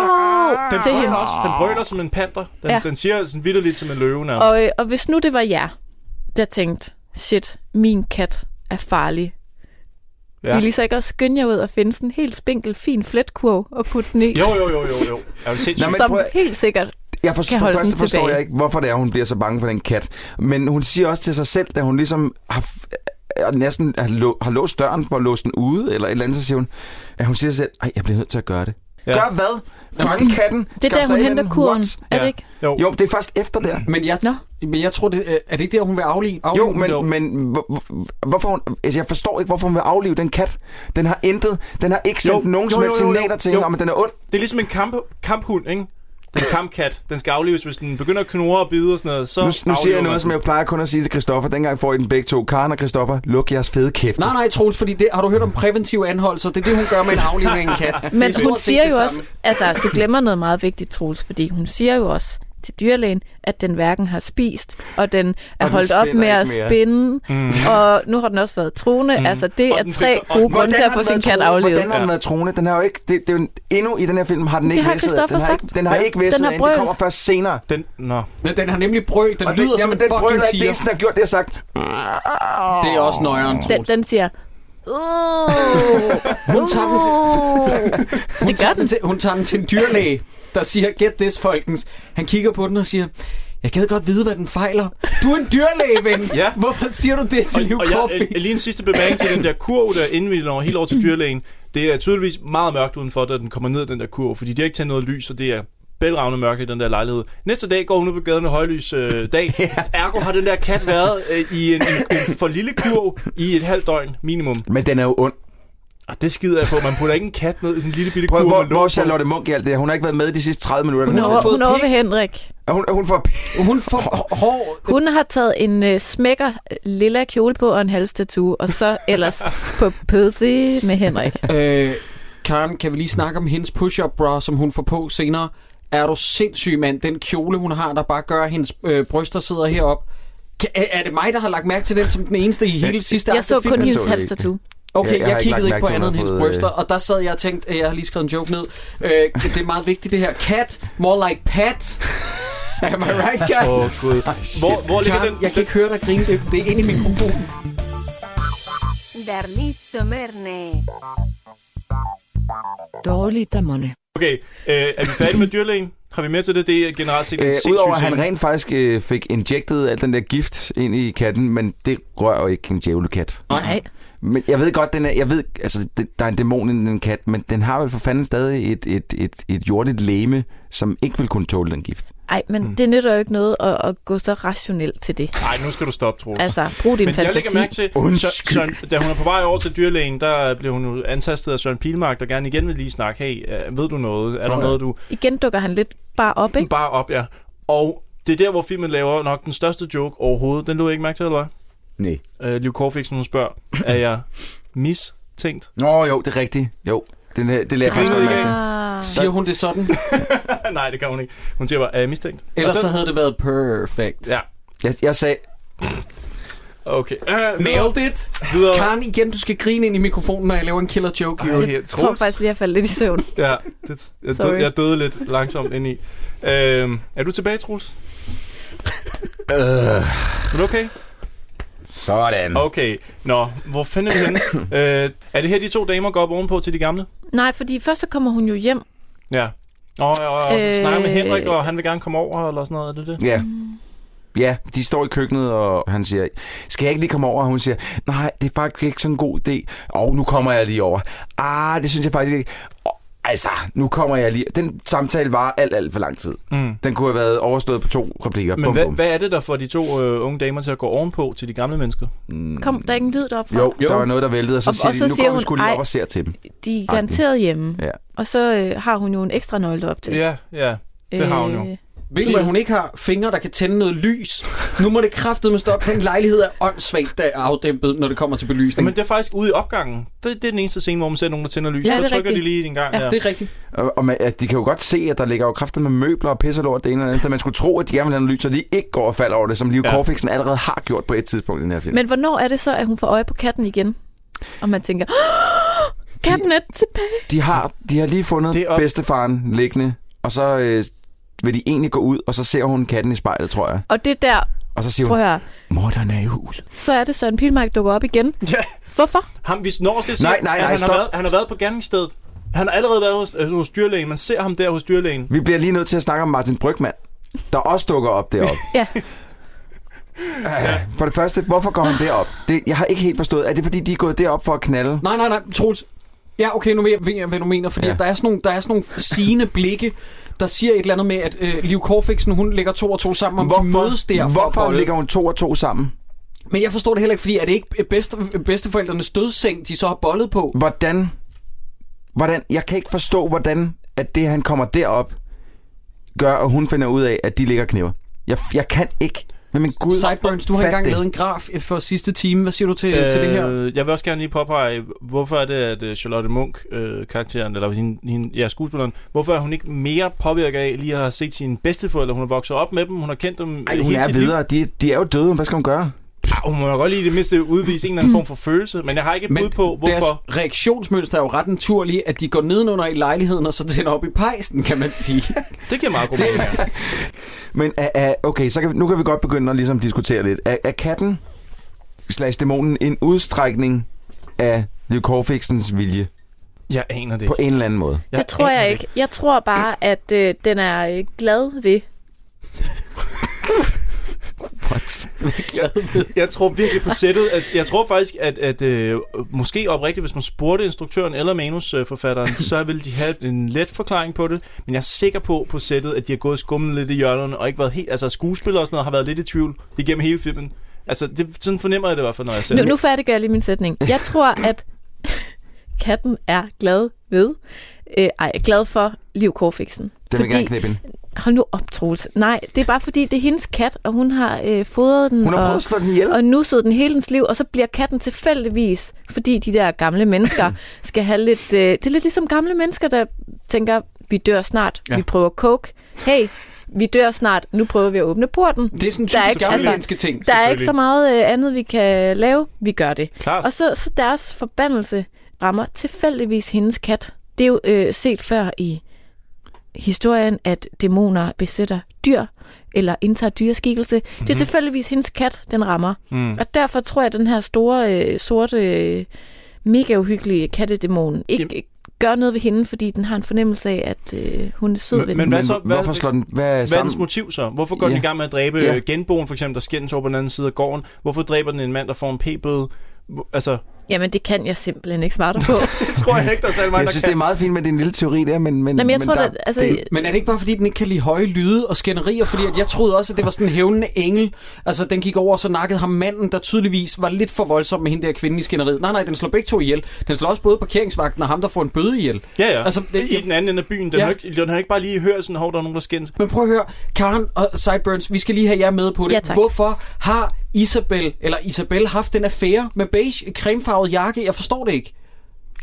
brøler som en panter. Den siger sådan vitterligt som en løve. Og hvis nu det var jer, der tænkte, shit, min kat er farlig. Ja. Vil I så ikke også skynde jer ud og finde sådan en helt spinkel, fin fletkurv og putte den i? Jo. Som helt sikkert forstår jeg ikke, hvorfor det er, hun bliver så bange for den kat. Men hun siger også til sig selv, da hun ligesom næsten har låst døren for at låse den ude, eller et eller andet, så siger hun, at hun siger sig selv, jeg bliver nødt til at gøre det. Ja. Gør hvad? Fange katten. Det er der, hun henter kuren. Er det ikke? Jo, det er først efter der. Men jeg tror, er det ikke der, hun vil aflive? Jo, men hvorfor hun... Altså, jeg forstår ikke, hvorfor hun vil aflive den kat. Den har intet. Den har ikke sendt nogen som helst signaler til hende om, at den er ond. Det er ligesom en kamphund, ikke? Den kampkat, den skal aflives, hvis den begynder at knurre og bide og sådan noget. Så nu siger jeg noget, som jeg plejer kun at sige til Christoffer. Dengang får I den begge to. Karen og Christoffer, luk jeres fede kæft. Nej, Troels, fordi har du hørt om præventive anholdelser? Det er det, hun gør med en aflivning af en kat. Men hun siger jo også, altså du glemmer noget meget vigtigt, Troels, fordi hun siger jo også til dyrlægen, at den hverken har spist, og den er holdt op med at spinde, og nu har den også været truende. Altså, det er 3 gode grunde til at få sin kat aflevet. Hvordan har den været truende? Den har jo ikke... Det er jo endnu i den her film har den ikke væsset. Den har ikke væsset. Den kommer først senere. Den har nemlig brøl. Den lyder som en fucking tiger. Det har gjort, det har sagt. Det er også nøjeren, Troels. Den siger... Hun tager den til en dyrlæge, der siger, get this, folkens. Han kigger på den og siger, jeg gad godt vide, hvad den fejler. Du er en dyrlæge, ven. Ja. Hvorfor siger du det til Liv Korfiksen? Lige en sidste bemærkning til den der kurv, der inden vi når helt over til dyrlægen. Det er tydeligvis meget mørkt udenfor, da den kommer ned den der kurv, fordi de har ikke tændt noget lys, og det er bælragende mørke i den der lejlighed. Næste dag går hun ud på gaden med højlys dag. Ergo har den der kat været i en for lille kurv i et halvt døgn minimum. Men den er jo ond. Og det skider jeg på. Man putter ikke en kat ned i sådan en lille bitte kurv. Hvor er Charlotte Munch i alt det? Hun har ikke været med de sidste 30 minutter. Hun er over ved Henrik. Hun har taget en smækker lilla kjole på og en halstatue, og så ellers på pøse med Henrik. Karen, kan vi lige snakke om hendes push-up bra, som hun får på senere? Er du sindssyg, mand? Den kjole, hun har, der bare gør, at hendes bryster sidder heroppe. Er det mig, der har lagt mærke til den som den eneste i hele sidste akt? Jeg så kun hendes halstatue. Okay, jeg kiggede ikke på andet end hendes bryster, og der sad jeg og tænkte, jeg har lige skrevet en joke ned. Det er meget vigtigt det her. Cat, more like pat. Am I right, guys? Hvor ligger den? Jeg kan ikke høre dig grine. Det er inde i mikrofonen. Darlito Merne. Dårligdommerne. Okay, er vi færdige med dyrlægen? Har vi mere til det? Det er generelt set en udover at han rent faktisk fik injektet al den der gift ind i katten, men det rører jo ikke en djævlekat. Nej. Men jeg ved godt, der er en dæmon i den kat, men den har vel for fanden stadig et jordigt legeme, som ikke vil kunne tåle den gift. Nej, men det nytter jo ikke noget at gå så rationelt til det. Nej, nu skal du stoppe, Troels. Altså, brug din fantasi. Men jeg lægger mærke til, da hun er på vej over til dyrlægen, der blev hun antastet af Søren Pilmark, der gerne igen vil lige snakke, hey, ved du noget? Er der noget, du... Igen dukker han lidt bare op, ikke? Bare op, ja. Og det er der, hvor filmen laver nok den største joke overhovedet. Den lå jeg ikke mærke til, eller hvad? Nej. Liv Korfiksen, hun spørger, er jeg mistænkt? Jo, det er rigtigt. Jo, det lader jeg faktisk godt mærke til. Siger hun det sådan? Nej, det kan hun ikke. Hun siger bare, er jeg mistænkt? Ellers så havde det været perfekt. Ja. Jeg sagde, Okay. Nailed it. Karen, igen, du skal grine ind i mikrofonen, når jeg laver en killer joke. Jeg tror faktisk lige, jeg faldt lidt i søvn. Ja, jeg døde lidt langsomt ind i. Er du tilbage, Troels? Er du okay? Sådan. Okay. Nå, hvor finder vi henne? Er det her, de 2 damer går op ovenpå til de gamle? Nej, fordi først så kommer hun jo hjem. Ja. Og snakker med Henrik, og han vil gerne komme over, eller sådan noget, er det? Ja. Ja, de står i køkkenet, og han siger, skal jeg ikke lige komme over? Og hun siger, nej, det er faktisk ikke sådan en god idé. Nu kommer jeg lige over. Det synes jeg faktisk ikke. Nu kommer jeg lige. Den samtale var alt for lang tid. Den kunne have været overstået på 2 replikker. Men hvad er det, der får de 2 unge damer til at gå ovenpå til de gamle mennesker? Kom, der er ingen lyd deroppe fra? Jo, der var noget, der væltede, og så siger de, nu går vi sgu lige op og ser til dem. De er garanteret hjemme. Ja. Og så har hun jo en ekstra nøgle op til. Ja, det har hun jo. Ved du, at hun ikke har fingre, der kan tænde noget lys? Nu må det kraftedeme stoppe. Den lejlighed er åndssvagt afdæmpet, når det kommer til belysning. Men det er faktisk ude i opgangen. Det er den eneste scene, hvor man ser nogen, der tænder lys. Ja, så trykker rigtigt. De lige en gang. Ja, det er rigtigt. Og de kan jo godt se, at der ligger jo kraftedeme med møbler og pisse lort det ene eller andet. Man skulle tro, at de gerne vil have noget lys, så de ikke går og falder over det, som Liv Corfixen allerede har gjort på et tidspunkt i den her film. Men hvornår er det så, at hun får øje på katten igen? Og man tænker, katten er tilbage. De har lige fundet bedstefaren liggende, og så vil de egentlig gå ud, og så ser hun katten i spejlet, tror jeg. Og det der, og så siger hun, morderen er i huset. Så er det Søren Pilmark dukker op igen. Ja. Hvorfor? Vi når det siger, han har været på gerningsstedet. Han har allerede været hos dyrlægen. Man ser ham der hos dyrlægen. Vi bliver lige nødt til at snakke om Martin Brygmann, der også dukker op deroppe. Ja. For det første, hvorfor går han derop? Jeg har ikke helt forstået. Er det fordi, de er gået derop for at knalde? Nej, Troels. Ja, okay, nu ved jeg, hvad du mener. Fordi der er sådan nogle sigende blikke, der siger et eller andet med, at Liv Corfixen, hun lægger 2 og 2 sammen, om de mødes der. Hvorfor lægger hun 2 og 2 sammen? Men jeg forstår det heller ikke, fordi er det ikke bedsteforældrenes dødsseng, de så har bollet på? Hvordan? Jeg kan ikke forstå, hvordan at det, han kommer derop, gør, at hun finder ud af, at de ligger kniver. Jeg kan ikke. Men Gud, Sideburns, du har engang lavet en graf for sidste time. Hvad siger du til det her? Jeg vil også gerne lige påpege, hvorfor er det, at Charlotte Munch, karakteren, eller skuespilleren, hvorfor er hun ikke mere påvirket af lige at have set sine bedsteforældre? Hun har vokset op med dem, hun har kendt dem hele sit liv. Hun er videre, de er jo døde, hvad skal hun gøre? Hun må godt lige det mindste udvise en eller anden form for følelse, men jeg har ikke et bud på, hvorfor. Deres reaktionsmønster er jo ret naturligt, at de går nedenunder i lejligheden, og så tænder op i pejsen, kan man sige. Det giver meget god mening. Men okay, så nu kan vi godt begynde at ligesom diskutere lidt. Er katten / dæmonen en udstrækning af Liv Corfixens vilje? Jeg aner det. På en eller anden måde. Det tror jeg ikke. Jeg tror bare, at den er glad ved. Jeg tror virkelig på sættet, jeg tror faktisk, at måske oprigtigt, hvis man spurgte instruktøren eller manusforfatteren, så ville de have en let forklaring på det, men jeg er sikker på sættet, at de har gået skummet lidt i hjørnerne, og ikke været helt, altså skuespillere og sådan noget, har været lidt i tvivl igennem hele filmen. Altså, sådan fornemmer jeg det i hvert fald, når jeg ser det. Nu færdiggør jeg lige min sætning. Jeg tror, at katten er glad ved, glad for Liv Corfixen. Det vil gerne knippe ind. Hold nu op, Troels. Nej, det er bare fordi, det er hendes kat, og hun har fodret den. Hun har prøvet at slå den ihjel. Og nusset den hele dens liv, og så bliver katten tilfældigvis, fordi de der gamle mennesker skal have lidt... det er lidt ligesom gamle mennesker, der tænker, vi dør snart, vi prøver coke. Hey, vi dør snart, nu prøver vi at åbne porten. Det er sådan en typisk gamle menneske ting. Der er ikke så meget andet, vi kan lave. Vi gør det. Klart. Og så deres forbandelse rammer tilfældigvis hendes kat. Det er jo set før i historien, at dæmoner besætter dyr, eller indtager dyreskikkelse. Det er tilfældigvis hendes kat, den rammer. Og derfor tror jeg, at den her store, sorte, mega uhyggelige kattedæmon ikke gør noget ved hende, fordi den har en fornemmelse af, at hun er sød ved den. Men hvorfor slår den? Hvad er dens motiv så? Hvorfor går den i gang med at dræbe genboen, for eksempel, der skændes over på den anden side af gården? Hvorfor dræber den en mand, der får en p-bøde? Altså... Jamen, det kan jeg simpelthen ikke svare dig på. Det tror jeg ikke, der er særlig meget, jeg synes, det er meget fint med din lille teori der, men... Men jeg tror, men er det ikke bare, fordi den ikke kan lide høje lyde og skænderier? Fordi at jeg troede også, at det var sådan en hævnende engel. Altså, den gik over, og så nakkede ham manden, der tydeligvis var lidt for voldsom med hende der kvinde i skænderiet. Nej, den slår begge to ihjel. Den slår også både parkeringsvagten og ham, der får en bøde ihjel. Ja. Altså, i den anden ende af byen. Den har ikke bare lige hørt sådan, der er nogen, der skændes. Men prøv at høre, Karen og Sideburns, vi skal lige have jer med på det. Ja, hvorfor har Isabel haft den affære med beige cremefarvet jakke? Jeg forstår det ikke.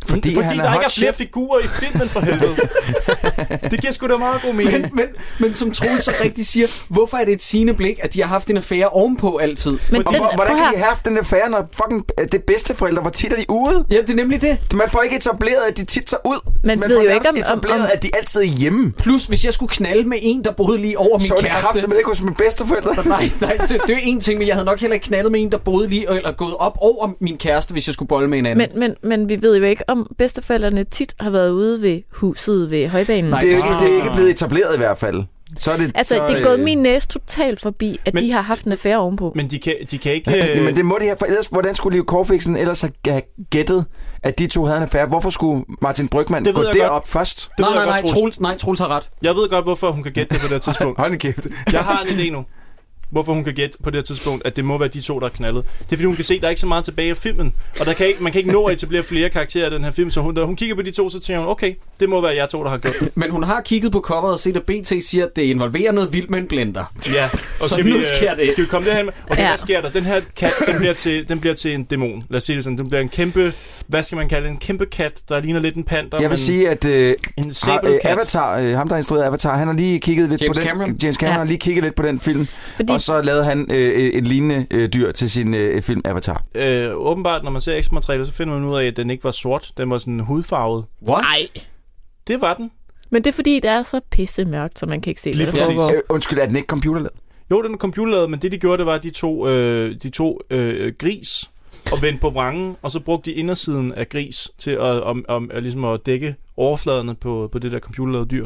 Fordi der ikke er flere figurer i filmen, for helvede. Det giver sgu da meget god mening. Men som Troels så rigtig siger, hvorfor er det et sigende blik, at de har haft en affære ovenpå altid? Men hvordan kan de have haft en affære, når fucking det bedsteforældre, hvor tit er de ude? Ja, det er nemlig det. Man får ikke etableret, at de tit tager ud. Man ved jo ikke etableret, at de altid er hjemme. Plus, hvis jeg skulle knalde med en, der boede lige over min kæreste... Så er det men ikke hos mine bedsteforældre. Nej, det er en ting, men jeg havde nok heller ikke knaldet med en, der boede lige, eller gået op over min kæreste, hvis jeg skulle bolle med en anden. Men vi ved jo ikke, om bedsteforældrene tit har været ude ved huset ved Højbanen. Nej, det er ikke blevet etableret i hvert fald. Så er det, altså, det er gået min næse totalt forbi, at de har haft en affære ovenpå. Men de kan ikke... Men det må de have, for ellers, hvordan skulle Leo Korfiksen ellers have gættet, at de to havde en affære? Hvorfor skulle Martin Brygmann gå derop først? Nej, Troels har ret. Jeg ved godt, hvorfor hun kan gætte det på det tidspunkt. Hold kæft. Jeg har en idé nu. Hvorfor hun kan gætte på det tidspunkt, at det må være de to, der er knaldet. Det er fordi, hun kan se, at der er ikke så meget tilbage i filmen. Og man kan ikke nå at etablere flere karakterer i den her film. Så hun kigger på de to, så tænker hun, okay, det må være jer to, der har gjort det. Men hun har kigget på coveret og set, at BT siger, at det involverer noget vildt med en blender. Ja, og så nu sker det. Skal vi komme derhen? Og hvad sker der? Den her kat, den bliver til en dæmon. Lad os sige det sådan. Den bliver en kæmpe, hvad skal man kalde det? En kæmpe kat, der ligner lidt en panter. Jeg vil sige, at Avatar, ham der instruerede Avatar, han har lige kigget lidt på den. James Cameron har lige kigget lidt på den film. Og så lavede han et lignende dyr til sin film Avatar. Åbenbart, når man ser ekstra materiale, så finder man ud af, at den ikke var sort. Den var sådan hudfarvet. What? Nej. Det var den. Men det er fordi, det er så pisse mørkt, så man kan ikke se, hvad der foregår. Undskyld, er den ikke computerlavet? Jo, den er computerlavet, men det de gjorde, det var, at de tog gris og vendte på vrangen, og så brugte de indersiden af gris til at ligesom at dække overfladerne på det der computerlavede dyr.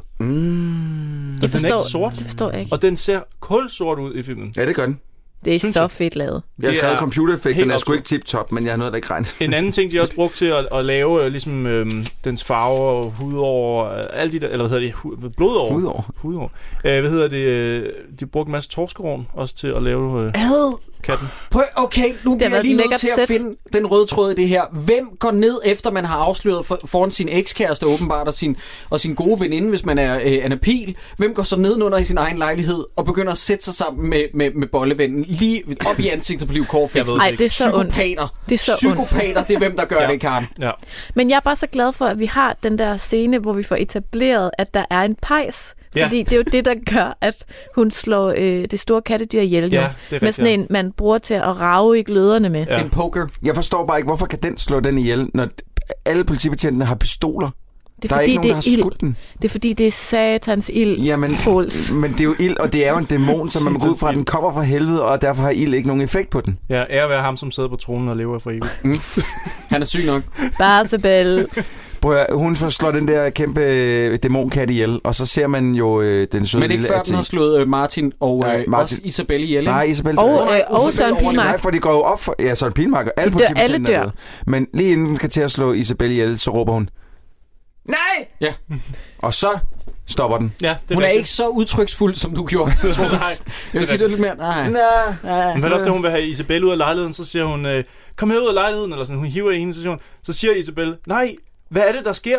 Det den er ikke sort. Det forstår jeg ikke. Og den ser kulsort ud i filmen. Ja, det gør den. Det er så fedt lavet. Jeg har skrevet computereffekt, den er sgu ikke tip-top, men jeg har noget, der ikke regnet. En anden ting, de også brugt til at lave ligesom dens farver og hudår, alt de der, eller hvad hedder det, blodår. Hvad hedder det, de brugte en masse torskerovn også til at lave katten. Okay, nu bliver jeg lige nødt til at finde den røde tråd i det her. Hvem går ned efter man har afsløret foran sin ekskæreste åbenbart og sin gode veninde, hvis man er Anna Pihl? Hvem går så nedenunder i sin egen lejlighed og begynder at sætte sig sammen med bollevennen lige op i ansigtet på Liv Korfiksen? Nej, det er så ondt. Psykopater, det er hvem der gør det, Karen. Ja. Men jeg er bare så glad for, at vi har den der scene, hvor vi får etableret, at der er en pejs. Fordi det er jo det, der gør, at hun slår det store kattedyr ihjel. Ja, med sådan en, man bruger til at rage i gløderne med. Ja. En poker. Jeg forstår bare ikke, hvorfor kan den slå den ihjel, når alle politibetjentene har pistoler? Det er der er fordi, ikke nogen, der har skudt den. Det er fordi, det er satans ild. Jamen, men det er jo ild, og det er jo en dæmon, som man går ud fra, den kommer fra helvede, og derfor har ild ikke nogen effekt på den. Ja, ære være ham, som sidder på tronen og lever for evigt. Han er syg nok. Barsebell. Hun får slået den der kæmpe dæmonkat ihjel, og så ser man jo den søde men ikke før den har slået Martin og også Isabelle ihjel. Nej, Isabelle og Søren Pilmark. Nej, for de går jo op for... Ja, Søren Pilmark og alle dør. Men lige inden den skal til at slå Isabelle ihjel, så råber hun nej! Ja. Og så stopper den. Ja, hun er ikke så udtryksfuld, som du gjorde. Nej. Jeg vil sige det lidt mere. Nej. Men hvad også, hun vil have Isabelle ud af lejligheden, så siger hun, kom her ud af lejligheden, eller sådan, hun hiver i hende, så siger Isabelle, nej, hvad er det, der sker?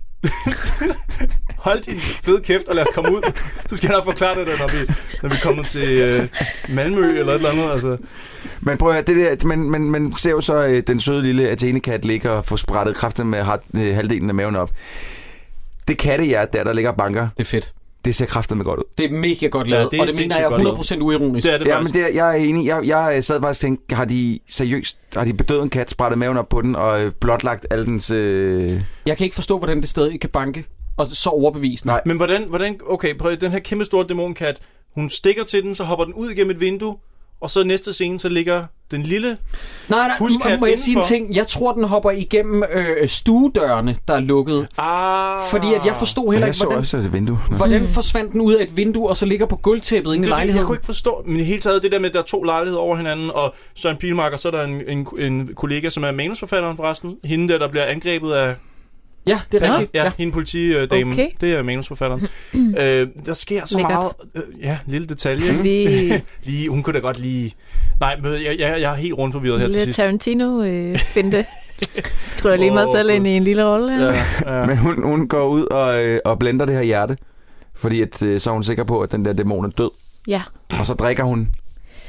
Hold din fede kæft, og lad os komme ud. Så skal jeg nok forklare det, når vi kommer til Malmø, eller et eller andet, altså. Men prøv at det der, man ser jo så den søde lille Athene-kat ligger og får sprættet kraften med halvdelen af maven op. Det kattehjert der ligger og banker. Det er fedt. Det ser kraftedeme godt ud. Det er mega godt lavet, og det mener jeg 100% uironisk. Det er det faktisk. Men jeg er enig. Jeg sad faktisk og tænkte, har de bedøvet en kat, sprættet maven op på den og blotlagt al dens... Jeg kan ikke forstå, hvordan det stadig kan banke, og så overbevisende. Nej. Men hvordan okay, prøv, den her kæmpe store dæmonkat, hun stikker til den, så hopper den ud igennem et vindue, og så næste scene, så ligger den lille huskat må jeg sige en ting? Jeg tror, den hopper igennem stuedørene, der er lukket. Fordi at jeg forstod heller ikke, hvordan forsvandt den ud af et vindue, og så ligger på gulvtæppet inde i lejligheden. Jeg kunne ikke forstå, men i hele taget det der med, at der er to lejligheder over hinanden, og Søren Pilmark, og så er der en kollega, som er manusforfatteren forresten. Hende der bliver angrebet af... Ja, det er rigtigt. Ja, hende politidamen. Okay. Det er manusforfatteren. Der sker så meget... lille detalje. Lige, hun kunne da godt lige... Nej, men jeg er helt rundt forvirret her til sidst. Lille Tarantino-finte. Skriver lige mig selv ind i en lille rolle her. Ja. Men hun går ud og blender det her hjerte, fordi så er hun sikker på, at den der dæmon er død. Ja. Og så drikker hun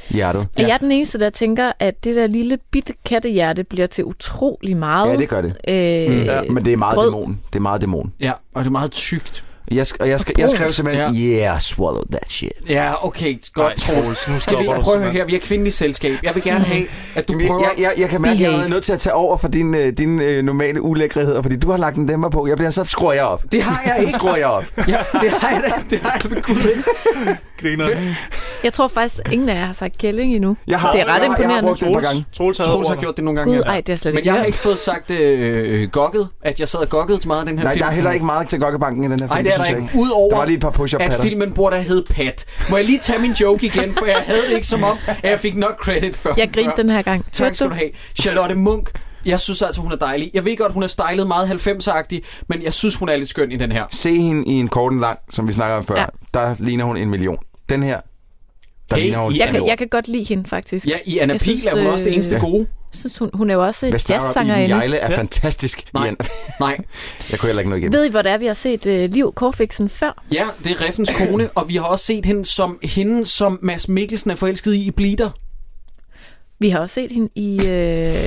hjertet. Er jeg den eneste, der tænker, at det der lille bitte kattehjerte bliver til utrolig meget? Ja, det gør det. Men det er meget dæmon. Det er meget dæmon. Ja, og det er meget tykt. Jeg skrev simpelthen, yeah, swallow that shit. Ja, okay, godt, Troels. Nu stopper du. Prøv at høre her, vi er kvindeligt selskab. Jeg vil gerne have, at du prøver... Jeg kan mærke, at jeg er nødt til at tage over for din normale ulækkerheder, fordi du har lagt en dæmmer på. Så skruer jeg op. Det har jeg ikke. Så skruer jeg op. Ja, det har jeg da. Det har jeg ved Gud ikke. Griner. Jeg tror faktisk, ingen af jer har sagt kælling endnu. Det er ret imponerende. Jeg har brugt det et par gange. Troels har gjort det nogle gange. Gud, ej, det er slet ikke. Men jeg har ikke fået sagt gokket, at jeg sad og gokkede til meget af den her film. Nej, der er heller ikke meget til gokkebanken i den her film. Nej, det er der ikke. Udover der var lige et par push-up-patter. At filmen burde have heddet Pat. Må jeg lige tage min joke igen, for jeg havde det ikke som om, at jeg fik nok credit før. Jeg grinte den her gang. Tak skal du have. Charlotte Munch. Jeg synes altså, hun er dejlig. Jeg ved godt, hun er stylet meget 90'er-agtig, men jeg synes, hun er lidt skøn i den her. Se hende i en kort lang, som vi snakker om før. Ja. Der ligner hun 1 million. Den her, der ligner hun jeg kan godt lide hende, faktisk. Ja, i Anna Pihl er hun også det eneste gode. Jeg synes, hun er jo også jazzsangerinde. Jejle er fantastisk. Nej. Jeg kunne heller ikke noget igen. Ved I, hvor det er, vi har set Liv Korfiksen før? Ja, det er Reffens kone, og vi har også set hende som Mads Mikkelsen er forelsket i Bleeder. Vi har også set hende i... Du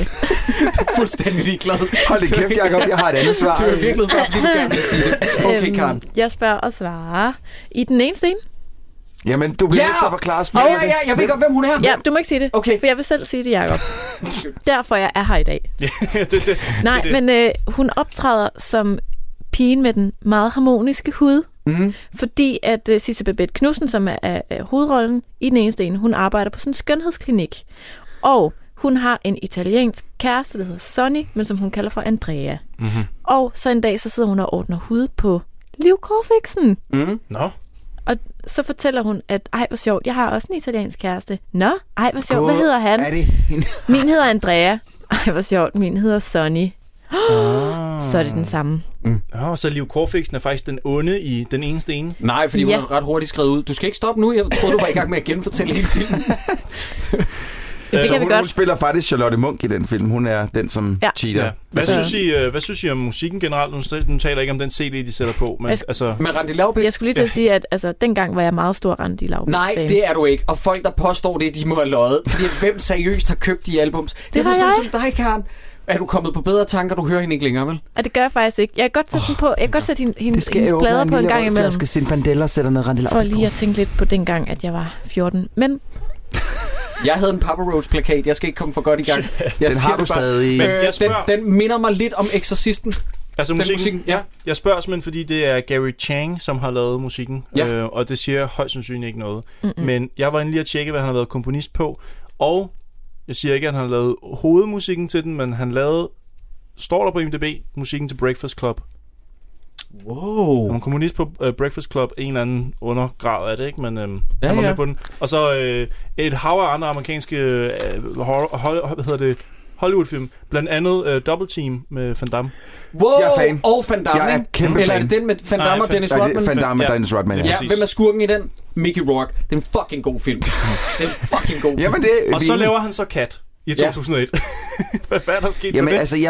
er fuldstændig ligeglad. Hold det kæft, Jacob. Jeg har et andet svar. Du er virkelig bare, fordi du gerne vil sige det. Okay, Karen. Jeg spørger og svarer. I den ene scene? Jamen, du bliver ikke så forklare spørgsmålet. Ja, jeg ved godt, hvem hun er. Ja, du må ikke sige det. Okay. For jeg vil selv sige det, Jacob. Derfor jeg er her i dag. Nej, men hun optræder som pigen med den meget harmoniske hud. Mm-hmm. Fordi at Sisse Babette Knudsen, som er hovedrollen i den ene scene, hun arbejder på sådan en skønhedsklinik. Og hun har en italiensk kæreste, der hedder Sonny, men som hun kalder for Andrea. Mm-hmm. Og så en dag, så sidder hun og ordner hud på Liv Korfiksen. Mm. Nå. Og så fortæller hun, at ej, hvor sjovt, jeg har også en italiensk kæreste. Nå, ej, hvor sjovt, hvad hedder han? Er det hende? Min hedder Andrea. Ej, hvor sjovt, min hedder Sonny. Så er det den samme. Så Liv Korfiksen er faktisk den onde i den eneste ene? Nej, fordi hun er ret hurtigt skrevet ud. Du skal ikke stoppe nu, jeg troede, du var i gang med at genfortælle hele filmen. Så hun spiller faktisk Charlotte Munch i den film. Hun er den, som cheater. Ja. Hvad synes I om musikken generelt? Nu taler jeg ikke om den CD, de sætter på. Men, med Randi Laubek? Jeg skulle lige til at sige, at dengang var jeg meget stor Randi Laubek. Nej, det er du ikke. Og folk, der påstår det, de må have løjet. Fordi hvem seriøst har købt de albums? Det var jeg. Som dig, Karen. Er du kommet på bedre tanker? Du hører hende ikke længere, vel? Ja, det gør jeg faktisk ikke. Jeg kan godt sætte den på. Jeg kan godt sætte hendes plader på en gang imellem. Jeg skal Zinfandel og sætter noget Randi Laubek for lige at tænke lidt på dengang, at jeg var 14. Men... Jeg havde en Papa Roach-plakat. Jeg skal ikke komme for godt i gang. Den har du stadig. Den minder mig lidt om Exorcisten. Altså musikken? Ja. Jeg spørger simpelthen, fordi det er Gary Chang, som har lavet musikken. Ja. Og det siger højst sandsynligt ikke noget. Mm-mm. Men jeg var inde lige at tjekke, hvad han har været komponist på. Og jeg siger ikke, at han har lavet hovedmusikken til den, men han lavede, står der på IMDb, musikken til Breakfast Club. Wow. Han var komponist på Breakfast Club, en eller anden undergrad af det, ikke? Men han var med på den. Og så et hav af andre amerikanske Hollywood-film. Blandt andet Double Team med Van Damme. Wow, jeg er fan. Og Van Damme. Jeg er kæmpe Eller er det den med Van Damme og Dennis Rodman? Van Damme og Dennis Rodman, ja. Hvem er skurken i den? Mickey Rourke. Det er en fucking god film. Jamen, og så laver han så Cat i 2001. Hvad er der sket for det? Altså,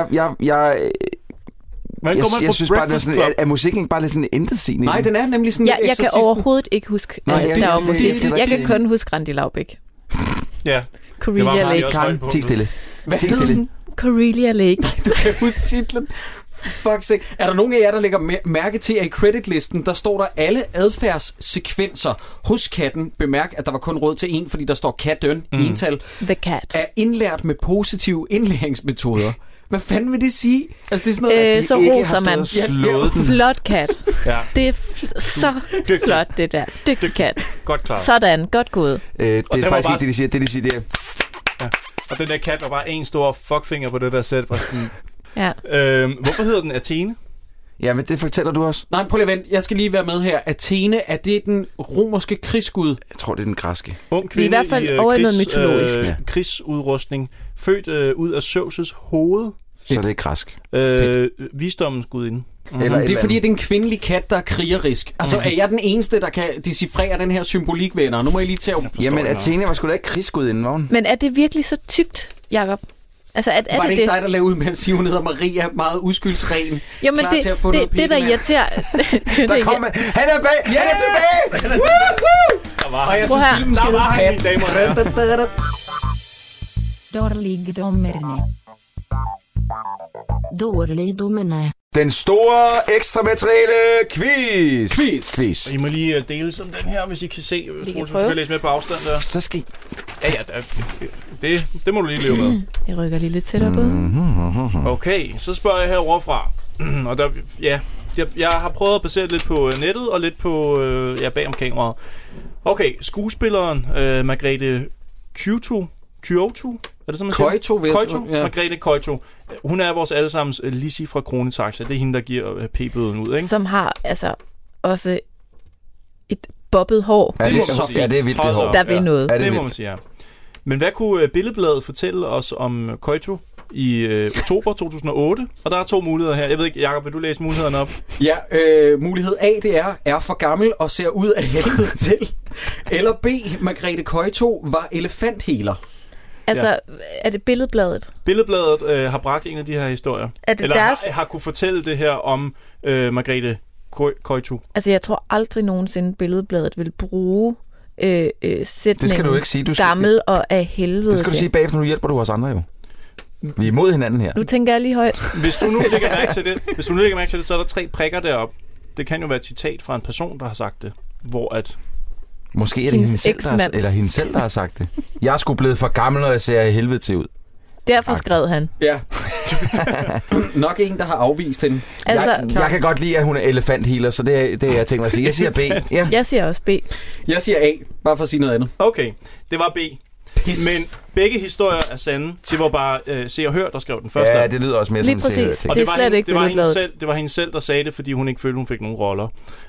jeg synes bare, at musikken ikke bare lidt sådan intetsigende. Nej, den er nemlig sådan jeg kan overhovedet ikke huske, der var musik. Jeg kan kun huske Randi Laubek. Ja. Corellia Lake. Karen, tig stille. Hvad hed den? Corellia Lake. Du kan huske titlen. Fuck sake. Er der nogen af jer, der lægger mærke til, at i creditlisten, der står der alle adfærdssekvenser hos katten. Bemærk, at der var kun råd til en, fordi der står katten i ental. The cat. Er indlært med positive indlæringsmetoder. Hvad fanden vil det sige? Altså, det er sådan noget, at så roser man. Flot kat. Ja. Det er så flot, det der. Dygtig kat. Godt klart. Sådan. Godt gået. Det er faktisk bare... ikke det, de siger. Det, de siger, det er... Ja. Og den der kat var bare en stor fuckfinger på det der sæt. Ja. Hvorfor hedder den Athene? Ja, men det fortæller du også. Nej, prøv lige at vente. Jeg skal lige være med her. Athene, er det den romerske krigsgud? Jeg tror, det er den græske. Ung kvinde i hvert fald over noget mytologisk. Krigsudrustning. Født ud af Zeus' hoved. Så det er græsk. Visdommens gudinde. Eller det er fordi, det er en kvindelig kat, der er krigerisk. Altså, er jeg den eneste, der kan decifrere den her symbolik, venner? Nu må jeg lige tage... Jamen, Athene var sgu da ikke krigsgudinde, var hun? Men er det virkelig så tykt, Jacob? Altså, var det ikke dig, der lavede ud med at sige, hun hedder Maria, meget uskyldsren? Jo, men det der irriterer... Der kommer... Han er bag! Yes! Han er tilbage! Og jeg synes, filmen skal hedde Pat. Dårligdommerne. Dårligdommerne. Den store ekstramaterielle quiz. Og I må lige dele sådan den her, hvis I kan se. Jeg tror, du skal læse med på afstand der. Så skal I... Ja, det må du lige leve med. Jeg rykker lige lidt tættere på. Okay, så spørger jeg herovre fra. Og der, ja, jeg har prøvet at basere lidt på nettet og lidt på bag om kameraet. Okay, skuespilleren Margrethe Kyoto. Er det sådan, man siger? Koito. Ja. Margrethe Koito. Hun er vores allesammens Lissi fra Kronetaxa. Det er hende, der giver p-bøden ud, ikke? Som har altså også et bobbet hår. Ja, det er så fint. Ja, det er vildt, det hår. Der vil noget. Det må man sige, ja. Men hvad kunne Billedbladet fortælle os om Koito i oktober 2008? Og der er 2 muligheder her. Jeg ved ikke, Jacob, vil du læse mulighederne op? Ja, mulighed A, det er for gammel og ser ud af helvede til. Eller B, Margrethe Koito var elefanthealer. Altså, er det Billedbladet? Billedbladet har bragt en af de her historier. Er det eller deres... har kunne fortælle det her om Margrethe Koito. Altså, jeg tror aldrig nogensinde Billedbladet vil bruge sætningen det skal du ikke sige. Du skal, gammel og af helvede. Det skal du sige bagefter, nu hjælper du os andre jo. Vi er imod hinanden her. Nu tænker jeg lige højt. Hvis du nu lægger mærke til det, så er der 3 prikker deroppe. Det kan jo være et citat fra en person, der har sagt det. Hvor at... Måske er det hende selv, der har sagt det. Jeg er sgu blevet for gammel, når jeg ser helvede til ud. Derfor skrev han. Ja. Nok en, der har afvist hende. Altså, jeg kan godt lide, at hun er elefanthealer, så det er jeg tænker mig at sige. Jeg siger B. Ja. Jeg siger også B. Jeg siger A, bare for at sige noget andet. Okay, det var B. Pis. Men begge historier er sande. Det var bare Se og Hør, der skrev den første. Ja, det lyder også mere sådan Se og Hør. Og det var hende selv, der sagde det, fordi hun ikke følte, hun fik nogen roller.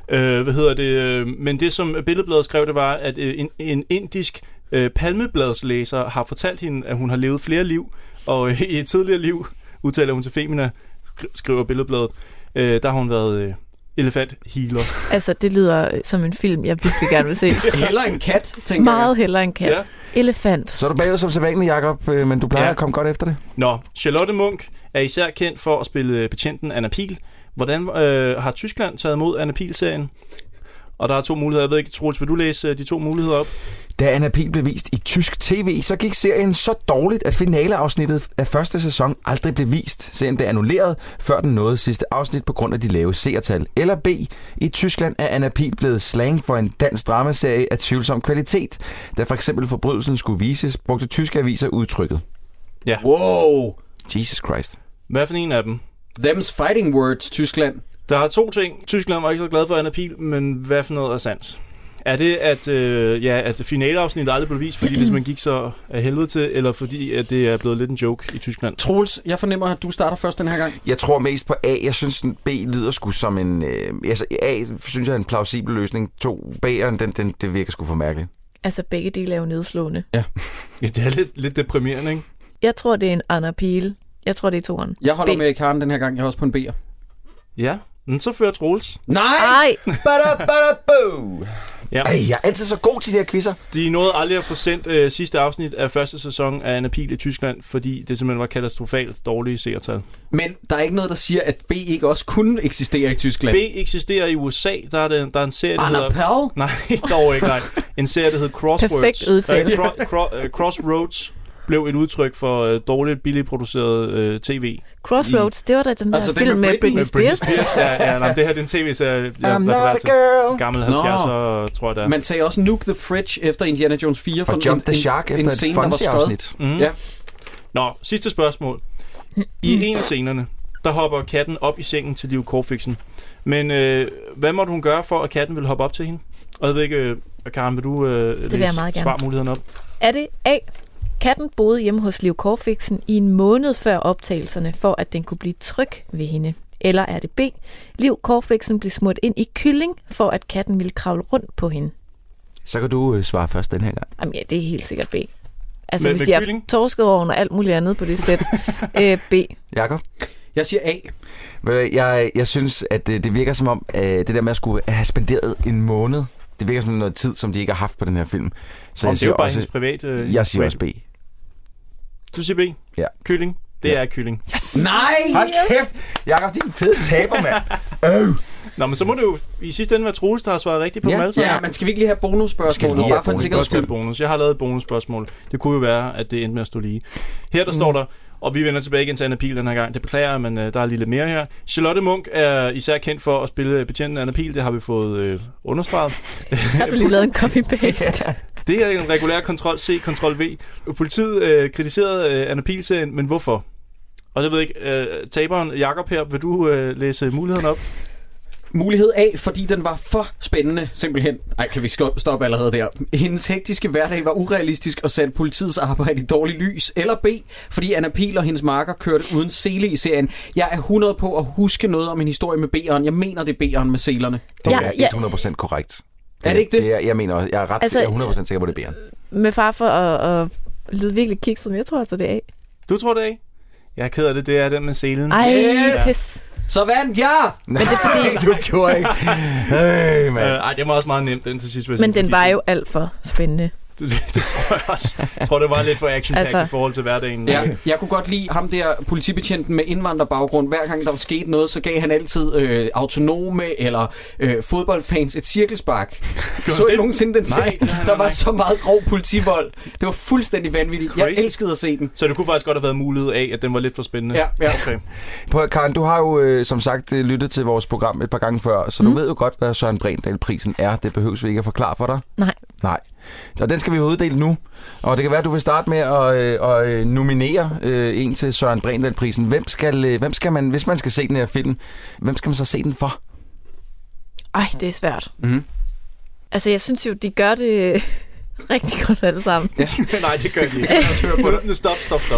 Men det, som Billedbladet skrev, det var, at en indisk palmebladslæser har fortalt hende, at hun har levet flere liv, og i et tidligere liv, udtaler hun til Femina, skriver Billedbladet, der har hun været elefanthealer. Altså, det lyder som en film, jeg virkelig gerne vil se. Heller en kat, tænker Meget hellere en kat. Ja. Elefant. Så er du bagud som sædvanlig, Jacob, men du plejer at komme godt efter det. Nå, Charlotte Munch er især kendt for at spille betjenten Anna Pihl. Hvordan har Tyskland taget imod Anna Pihl-serien? Og der er 2 muligheder. Jeg ved ikke, Troels, vil du læse de 2 muligheder op? Da Anna Pihl blev vist i tysk tv, så gik serien så dårligt, at finaleafsnittet af første sæson aldrig blev vist. Serien blev annulleret, før den nåede sidste afsnit på grund af de lave seertal. Eller B. I Tyskland er Anna Pihl blevet slang for en dansk dramaserie af tvivlsom kvalitet. Da for eksempel forbrydelsen skulle vises, brugte tyske aviser udtrykket. Ja. Wow! Jesus Christ. Hvad for en af dem? Them's fighting words, Tyskland. Der er 2 ting. Tyskland var ikke så glad for Anna Pihl, men hvad for noget er sandt? Er det, at finaleafsnittet aldrig blev vist, fordi det man gik så af helvede til, eller fordi at det er blevet lidt en joke i Tyskland? Troels, jeg fornemmer, at du starter først den her gang. Jeg tror mest på A. Jeg synes, B lyder sgu som en... A synes jeg er en plausibel løsning. 2 B'eren, det virker sgu for mærkeligt. Altså, begge dele er jo nedslående. Ja, det er lidt deprimerende, ikke? Jeg tror, det er en Anna Pihl. Jeg tror, det er 2'eren. Jeg holder med Karen den her gang. Jeg er også på en B'er. Ja, men så fører Troels. Nej! Ja. Ej, jeg er altid så god til de her quizzer. De nåede aldrig at få sendt sidste afsnit af første sæson af Anna Pihl i Tyskland, fordi det simpelthen var katastrofalt dårlige seertal. Men der er ikke noget, der siger, at B ikke også kunne eksistere i Tyskland. B eksisterer i USA. Der er en serie, der Anna hedder... Pihl? Nej, dog ikke. Nej. En serie, der hedder Crosswords. Perfekt udtale. Crossroads blev et udtryk for dårligt, billigt produceret tv. Crossroads, det var da den der film med Britney Spears. Ja, nej, det her er en tv-serie, I'm not a girl. Gammel 70'er, tror jeg det er. Man sagde også Nuke the Fridge efter Indiana Jones 4. Og Jump the Shark efter et Fonzie-afsnit. Ja. Nå, sidste spørgsmål. I en af scenerne, der hopper katten op i sengen til Liv Korfixen. Men hvad måtte hun gøre for, at katten ville hoppe op til hende? Og jeg ved ikke, Karen, vil du læse svarmulighederne op? Er det A? Katten boede hjemme hos Liv Korfixen i en måned før optagelserne, for at den kunne blive tryg ved hende. Eller er det B? Liv Korfixen blev smurt ind i kylling, for at katten ville kravle rundt på hende. Så kan du svare først den her gang. Jamen ja, det er helt sikkert B. Altså hvis de har torsket over og alt muligt andet på det sæt. B. Jakob? Jeg siger A. Jeg synes, at det virker som om, det der med at skulle have spenderet en måned, det virker som noget tid, som de ikke har haft på den her film. Så jeg siger også private. Jeg siger også B. Du siger B? Ja. Kylling? Det er kylling. Yes! Nej! Hold kæft! Jakob, din fede taber, mand. Nå, men så må det jo i sidste ende være Troels, der har svaret rigtigt på dem alle sammen. Ja, men skal vi ikke lige have bonusspørgsmål? Bare for en sikkerheds skyld. Bonus. Jeg har lavet et bonusspørgsmål. Det kunne jo være, at det endte med at stå lige. Her der står der, og vi vender tilbage igen til Anna Pihl den her gang. Det beklager jeg, men der er lige lidt mere her. Charlotte Munch er især kendt for at spille betjenten Anna Pihl. Det har vi fået understreget. Har du lige lavet en copy-paste? Det er en regulær Ctrl-C, Ctrl-V. Politiet kritiserede Anna Pihl-serien, men hvorfor? Og det ved jeg ikke. Taberen Jakob her, vil du læse muligheden op? Mulighed A, fordi den var for spændende, simpelthen. Ej, kan vi stoppe allerede der. Hendes hektiske hverdag var urealistisk og satte politiets arbejde i dårlig lys. Eller B, fordi Anna Pihl og hendes marker kørte uden sele i serien. Jeg er 100 på at huske noget om en historie med B'eren. Jeg mener, det er B'eren med selerne. Det er 100% korrekt. Er det ikke det? Jeg mener, jeg er ret jeg er 100% sikker på, det er B'eren. Med far for at lyde virkelig kikset, men jeg tror altså, det er A. Du tror, det er A? Jeg er ked af det. Det er den med selen. Ej, yes. Så vandt jeg! Men det er fordi... du gjorde ikke. Hey, ej, det var også meget nemt, den til sidst. Men den var jo alt for spændende. Det tror jeg også. Jeg tror, det var lidt for action-packed i forhold til hverdagen. Ja, jeg kunne godt lide ham der, politibetjenten med indvandrerbaggrund. Hver gang der var sket noget, så gav han altid autonome eller fodboldfans et cirkelspark. Så I nogensinde den serie? Der var så meget grov politivold. Det var fuldstændig vanvittigt. Jeg elskede at se den. Så det kunne faktisk godt have været mulighed af, at den var lidt for spændende. Ja. Okay. Karen, du har jo som sagt lyttet til vores program et par gange før, så du ved jo godt, hvad Søren Bregendahl-prisen er. Det behøves vi ikke at forklare for dig. Nej. Og den skal vi uddele nu. Og det kan være, at du vil starte med at nominere en til Søren Bregendahl-prisen. Hvem skal man, hvis man skal se den her film, hvem skal man så se den for? Ej, det er svært. Altså, jeg synes jo, de gør det rigtig godt alle sammen. Ja. Nej, det gør de ikke. Nu stop.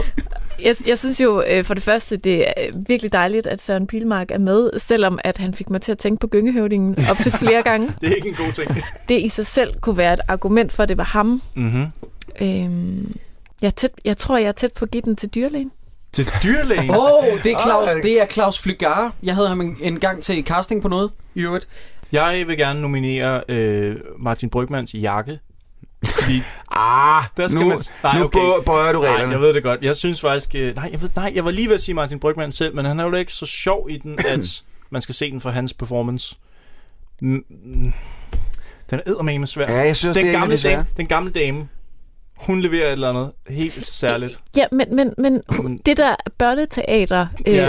Jeg synes jo, for det første, det er virkelig dejligt, at Søren Pilmark er med, selvom at han fik mig til at tænke på Gyngehøvdingen op til flere gange. Det er ikke en god ting. Det i sig selv kunne være et argument for, at det var ham. Jeg tror, jeg er tæt på at give den til dyrlægen. Til dyrlægen? Det er Claus Flygare. Jeg havde ham en gang til casting på noget, i øvrigt. Jeg vil gerne nominere Martin Brygmanns jakke. Fordi der skal nu bøjer du reglerne. Nej, jeg ved det godt. Jeg synes faktisk... jeg var lige ved at sige Martin Brygmann selv, men han er jo ikke så sjov i den, at man skal se den for hans performance. Den er eddermame svær. Ja, jeg synes, den gamle dame, hun leverer et eller andet helt særligt. Ja, men det der børneteater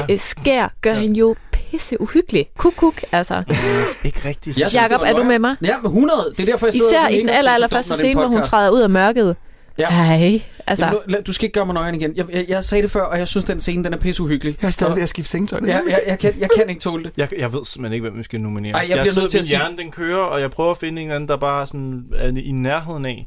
gør han jo pisse uhyggelig. Kuk, altså. Ikke rigtigt. Jakob, er du med mig? Ja, 100. Det er derfor, jeg sidder... Især i den allerførste scene, hvor hun træder ud af mørket. Ja. Ej, altså. Jamen, du skal ikke gøre mig nøgen igen. Jeg sagde det før, og jeg synes, den scene, den er pisse uhyggelig. Jeg er stadig ved at skifte sengetøj. Ja, jeg kan ikke tåle det. Jeg ved simpelthen ikke, hvem vi skal nominere. Ej, jeg sidder til at hjerne, den kører, og jeg prøver at finde en anden, der bare sådan er i nærheden af.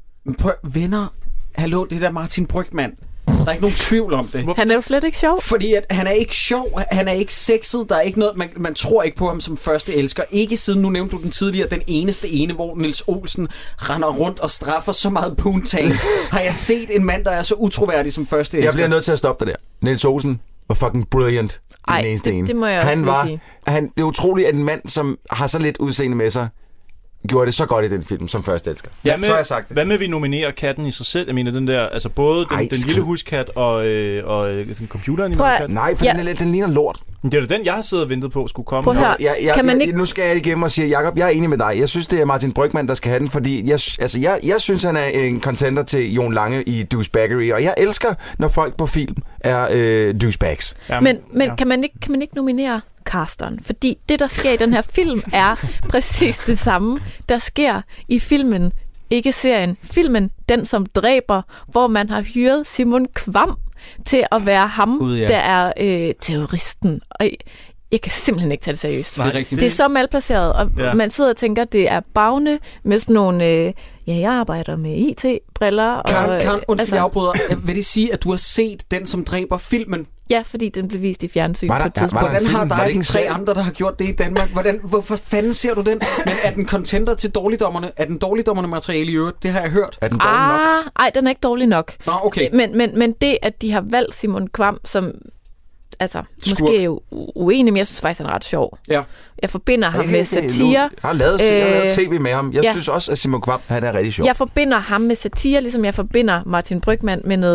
Venner, hallo, det der Martin Brygmann. Der er ikke nogen tvivl om det. Han er jo slet ikke sjov. Fordi at han er ikke sjov, han er ikke sexet, der er ikke noget, man tror ikke på ham som første elsker. Ikke siden, nu nævnte du den tidligere, den eneste hvor Niels Olsen render rundt og straffer så meget poontang. Har jeg set en mand, der er så utroværdig som første elsker? Jeg bliver nødt til at stoppe det der. Niels Olsen var fucking brilliant. Ej, det må jeg også sige. Det er utroligt, at en mand, som har så lidt udseende med sig, gjorde det så godt i den film som første elsker. Ja, så har jeg sagt det. Hvad med vi nominerer katten i sig selv? Jeg mener den der, altså både den lille huskat og den computeranimerede kat. Nej, for den ligner lort. Men det er den, jeg har siddet og ventet på skulle komme. Nu skal jeg igennem og sige, Jakob, jeg er enig med dig. Jeg synes, det er Martin Brygmann, der skal have den, fordi jeg synes, han er en contender til Jon Lange i Douchebaggery, og jeg elsker, når folk på film er douchebags. Men kan man ikke nominere casteren? Fordi det, der sker i den her film, er præcis det samme, der sker i filmen, ikke serien. Filmen, Den som dræber, hvor man har hyret Simon Kvam til at være ham, der er terroristen. Og jeg kan simpelthen ikke tage det seriøst. Det er så malplaceret, og man sidder og tænker, det er Bagne med sådan nogle... jeg arbejder med IT-briller. Karen, undskyld, jeg afbryder. Vil det sige, at du har set Den som dræber filmen? Ja, fordi den blev vist i fjernsyn på et tidspunkt. Hvordan har dig de 3 andre, der har gjort det i Danmark? Hvorfor fanden ser du den? Men er den contender til dårligdommerne? Er den dårligdommerne materiale i øvrigt? Det har jeg hørt. Er den dårlig nok? Ej, den er ikke dårlig nok. Nå, okay. Men det, at de har valgt Simon Kvam, som... Altså, måske er jo uenig, men jeg synes faktisk, han er ret sjov. Ja. Jeg forbinder ham med satire. Jeg har lavet tv med ham. Jeg synes også, at Simon Kvam, han er rigtig sjov. Jeg forbinder ham med satire, ligesom jeg forbinder Martin Brygmann med noget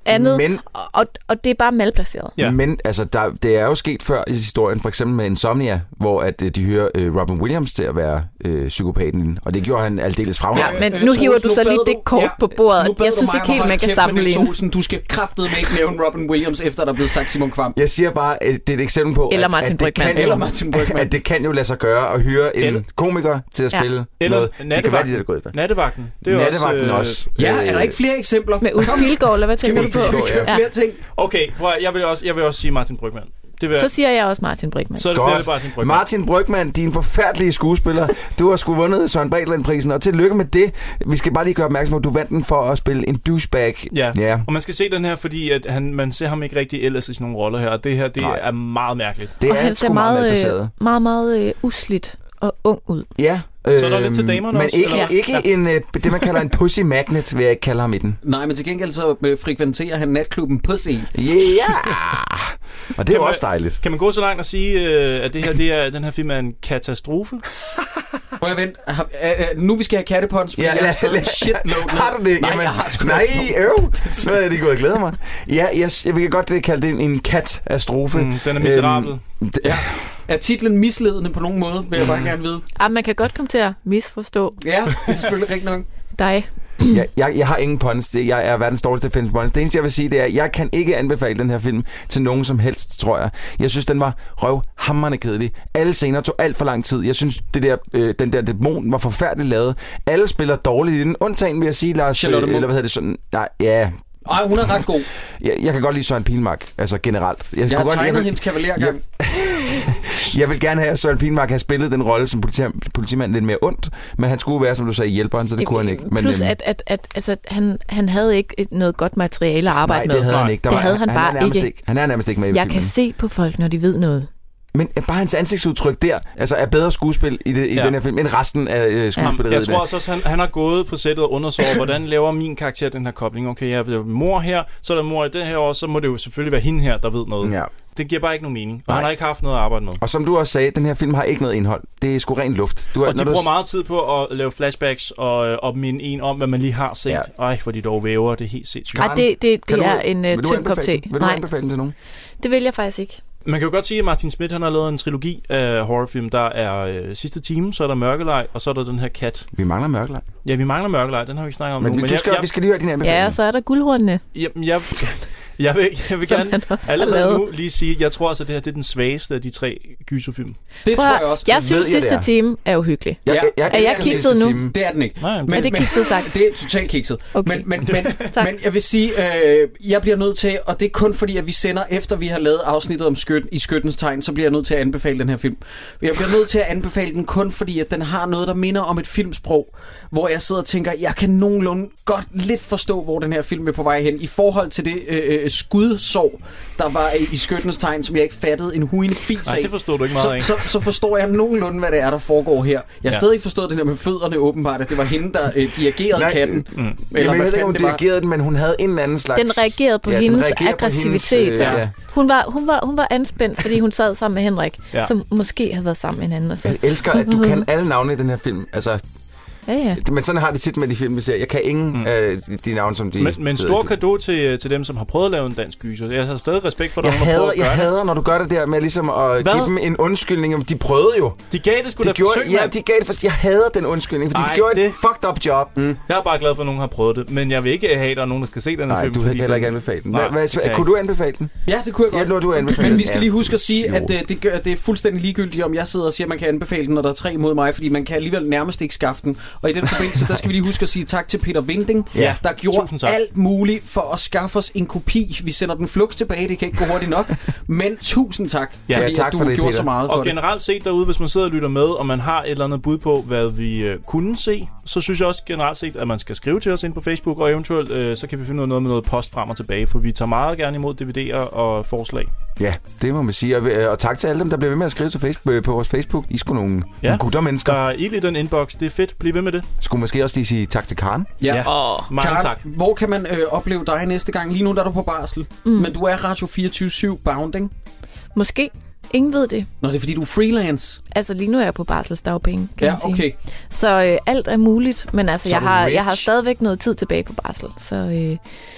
andet, Men, og det er bare malplaceret. Ja. Men altså, det er jo sket før i historien, for eksempel med Insomnia, hvor at de hører Robin Williams til at være psykopaten, og det gjorde han aldeles fremragende. Ja, men nu hiver du så lige det kort på bordet. Jeg synes ikke helt, man kan sammenligne. Du skal kraftedeme ikke nævne Robin Williams, efter der er blevet sagt Simon Kvam. Jeg siger bare, det er et eksempel på, eller Martin Brygmann. At det kan jo lade sig gøre at hyre en komiker til at spille noget. Det kan være, de er Nattevagten. Det er Nattevagten også. Ja, er der ikke flere eksempler? Med Ulf Pilgaard, eller hvad tænker du på? Flere ting. Okay, jeg vil også sige Martin Brygmann. Så siger jeg også Martin Brygmann. Så det bliver det Martin Brygmann. Martin Brygmann, din forfærdelige skuespiller. Du har sgu vundet Søren Breitland-prisen, og tillykke med det. Vi skal bare lige gøre opmærksom på, at du vandt den for at spille en douchebag. Ja. Og man skal se den her, fordi at man ser ham ikke rigtig ellers i sådan nogle roller her, og det her, det er meget mærkeligt. Det og han ser meget usligt og ung ud. Ja. Så er der lidt til damerne men også? Men ikke det, man kalder en pussy magnet, vil jeg ikke kalde ham i den. Nej, men til gengæld så frekventerer han natklubben Pussy. Og det er også dejligt. Kan man gå så langt og sige, at den her film er en katastrofe? Prøv at vente. Nu vi skal have kattepons, fordi jeg har skrevet shitload. Har du det? Nej, jamen, jeg har sgu så er det gået at glæde mig. Ja, jeg vil godt kalde det en katastrofe. Den er miserabel. Er titlen misledende på nogen måde, vil jeg bare gerne vide. Man kan godt komme til at misforstå. Ja, det er selvfølgelig rigtigt nok. Dig. Jeg har ingen puns. Jeg er verdens dårligste til at finde puns. Det eneste, jeg vil sige, det er, at jeg kan ikke anbefale den her film til nogen som helst, tror jeg. Jeg synes, den var røvhamrende kedelig. Alle scener tog alt for lang tid. Jeg synes, den der dæmon var forfærdeligt lavet. Alle spiller dårligt i den. Undtagen vil jeg sige, Lars... eller hvad hedder det sådan... Nej, ja... Ej, hun er ret god. Jeg kan godt lide Søren Pilmark, altså generelt. Jeg har tegnet hendes kavalergang. Jeg vil gerne have, at Søren Pilmark har spillet den rolle som politimand lidt mere ondt, men han skulle være, som du sagde, hjælperen, så det kunne han ikke. Men, plus, at han havde ikke noget godt materiale at arbejde med. Nej, det havde han ikke. Det havde han bare ikke. Han er nærmest ikke med i filmen. Jeg kan se på folk, når de ved noget. Men bare hans ansigtsudtryk der, altså er bedre skuespil i den her film, end resten af skuespilleriet. Jeg tror også, at han har gået på sættet og undersøgt, hvordan laver min karakter den her kobling. Okay, jeg er mor her, så er der mor i det her, og så må det jo selvfølgelig være hende her, der ved noget. Ja. Det giver bare ikke nogen mening, og han har ikke haft noget at arbejde med. Og som du også sagde, den her film har ikke noget indhold. Det er sgu ren luft. Og de bruger meget tid på at lave flashbacks og minde en om, hvad man lige har set. Ej, hvor de dog væver, det er helt sindssygt. Det er en tynd kop te. Vil du anbefale den til nogen? Det vil jeg faktisk ikke. Man kan jo godt sige, at Martin Smith han har lavet en trilogi af horrorfilm. Der er Sidste Time, så er der Mørkelej, og så er der den her kat. Vi mangler Mørkelej. Ja, vi mangler Mørkelej. Den har vi ikke snakket om nu. Men vi skal lige høre din anbefaling. Ja, og så er der Guldhornene. Jeg vil gerne allerede nu lige sige, at jeg tror altså, at det her det er den svageste af de 3 gyserfilm. Det tror jeg også. Jeg synes, Sidste Time er uhyggelig. Er jeg kikset nu? Det er den ikke. Nej, men er det kikset sagt? Det er totalt kikset. Okay. Men jeg vil sige, jeg bliver nødt til, og det er kun fordi, at vi sender, efter vi har lavet afsnittet om i Skyttens Tegn, så bliver jeg nødt til at anbefale den her film. Jeg bliver nødt til at anbefale den kun fordi, at den har noget, der minder om et filmsprog, hvor jeg sidder og tænker, jeg kan nogenlunde godt lidt forstå, hvor den her film er på vej hen, i forhold til det skudsår, der var i Skyttens Tegn, som jeg ikke fattede en huinde fis af. Nej, det forstår du ikke meget af. Så forstår jeg nogenlunde, hvad det er, der foregår her. Jeg har stadig forstået det der med fødderne åbenbart, at det var hende, der dirigerede katten. Eller jeg ved ikke, om hun dirigerede den, men hun havde en eller anden slags... Den reagerede på hendes aggressivitet. Hun var anspændt, fordi hun sad sammen med Henrik, som måske havde været sammen med hinanden. Og så... Jeg elsker, at du kan alle navne i den her film. Altså... Ja. Men sådan har det tit med de film, vi ser. Jeg kan ingen de navne, som de... Men stor cadeau til dem, som har prøvet at lave en dansk gyser. Jeg har stadig respekt for, at nogen har prøvet at gøre det. Jeg hader, når du gør det der med ligesom at give dem en undskyldning. De prøvede jo. De gav det sgu da forsøg, ja, de gav det forsøg. Jeg hader den undskyldning, fordi de gjorde et fucked up job. Jeg er bare glad for, at nogen har prøvet det. Men jeg vil ikke have, at der er nogen, der skal se den her film. Nej, du kan heller ikke anbefale den. Kunne du anbefale den? Ja, det kunne jeg godt. Du anbefale men vi skal lige huske at sige, at det er fuldstændig ligegyldigt, om jeg sidder og siger, at man kan anbefale den, når der er 3 imod mig, fordi man kan alligevel nærmest ikke skaffe den. Og i den forbindelse, der skal vi lige huske at sige tak til Peter Vinding, der gjorde alt muligt for at skaffe os en kopi. Vi sender den flux tilbage, det kan ikke gå hurtigt nok. Men tusind tak, fordi tak at du for det, gjorde Peter. så meget for det. Og generelt set derude, hvis man sidder og lytter med, og man har et eller andet bud på, hvad vi kunne se, så synes jeg også generelt set, at man skal skrive til os ind på Facebook, og eventuelt så kan vi finde noget med noget post frem og tilbage, for vi tager meget gerne imod DVD'er og forslag. Ja, det må man sige. Og tak til alle dem, der bliver ved med at skrive til Facebook, på vores Facebook. I skulle nogle gutter mennesker. Der er i den inbox. Det er fedt. Bliv ved med det. Skulle måske også lige sige tak til Karen. Ja. Mange Karen, tak. Hvor kan man opleve dig næste gang? Lige nu der er du på barsel. Men du er Radio 24/7 bounding. Måske. Ingen ved det. Nå, det er fordi du er freelance. Altså lige nu er jeg på barselsdagpenge, kan man sige. Okay. Så alt er muligt, men altså jeg har stadigvæk noget tid tilbage på barsel. Så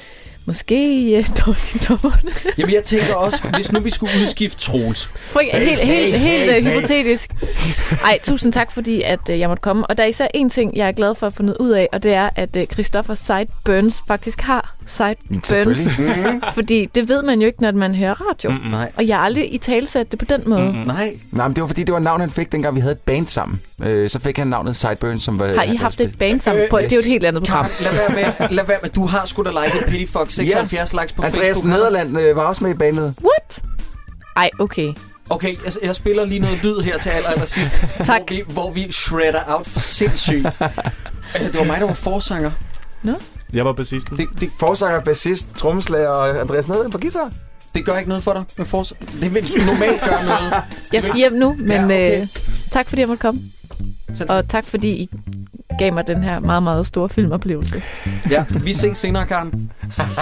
Måske dårligdommerne. Jamen, jeg tænker også, hvis nu vi skulle udskifte Troels. Helt hypotetisk. Ej, tusind tak, fordi at jeg måtte komme. Og der er især en ting, jeg er glad for at få noget ud af, og det er, at Christopher Sideburns faktisk har Sideburns. Fordi det ved man jo ikke, når man hører radio. Nej. Og jeg har aldrig italesat det på den måde. Nej, men det var fordi, det var navnet, han fik, dengang vi havde et band sammen. Så fik han navnet Sideburns, som var... Har I haft et band sammen? Det er jo et helt andet program. Lad være med. Du har sgu da liket Pity Fox 76 likes på Andreas Facebook. Nederland var også med i bandet. What? Ej, okay. Okay, jeg spiller lige noget lyd her til allersidst. Tak. Hvor vi shredder out for sindssygt. Det var mig, der var forsanger. Nå? Jeg var bassisten. Det forsanger, bassist, trommeslager og Andreas Nederland på guitar. Det gør ikke noget for dig med det vil normalt gøre noget. Jeg skal hjem nu, men okay. Tak fordi jeg måtte komme. Og tak fordi I gav mig den her meget, meget store filmoplevelse. Ja, vi ses senere, Karen.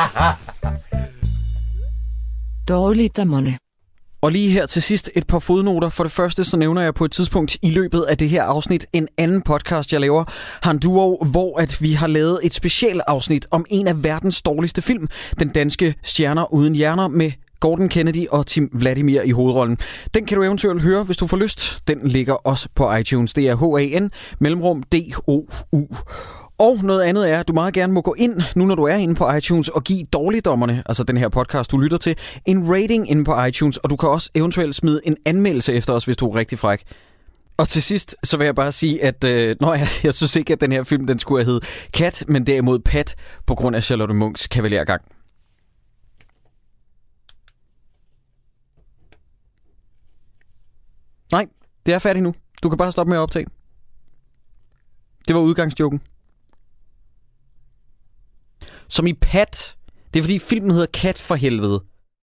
Dårligdommerne. Og lige her til sidst et par fodnoter. For det første så nævner jeg på et tidspunkt i løbet af det her afsnit en anden podcast, jeg laver, Han Duo, hvor at vi har lavet et specielt afsnit om en af verdens dårligste film, Den danske Stjerner uden hjerner, med Gordon Kennedy og Tim Vladimir i hovedrollen. Den kan du eventuelt høre, hvis du får lyst. Den ligger også på iTunes. Det er HAN_DOU. Og noget andet er, at du meget gerne må gå ind, nu når du er inde på iTunes, og give Dårligdommerne, altså den her podcast, du lytter til, en rating inde på iTunes, og du kan også eventuelt smide en anmeldelse efter os, hvis du er rigtig fræk. Og til sidst, så vil jeg bare sige, at jeg synes ikke, at den her film, den skulle have heddet Kat, men derimod Pat, på grund af Charlotte Munchs kavalergang. Nej, det er færdigt nu. Du kan bare stoppe med at optage. Det var udgangsjoken. Som i Pat. Det er fordi filmen hedder Kat for helvede.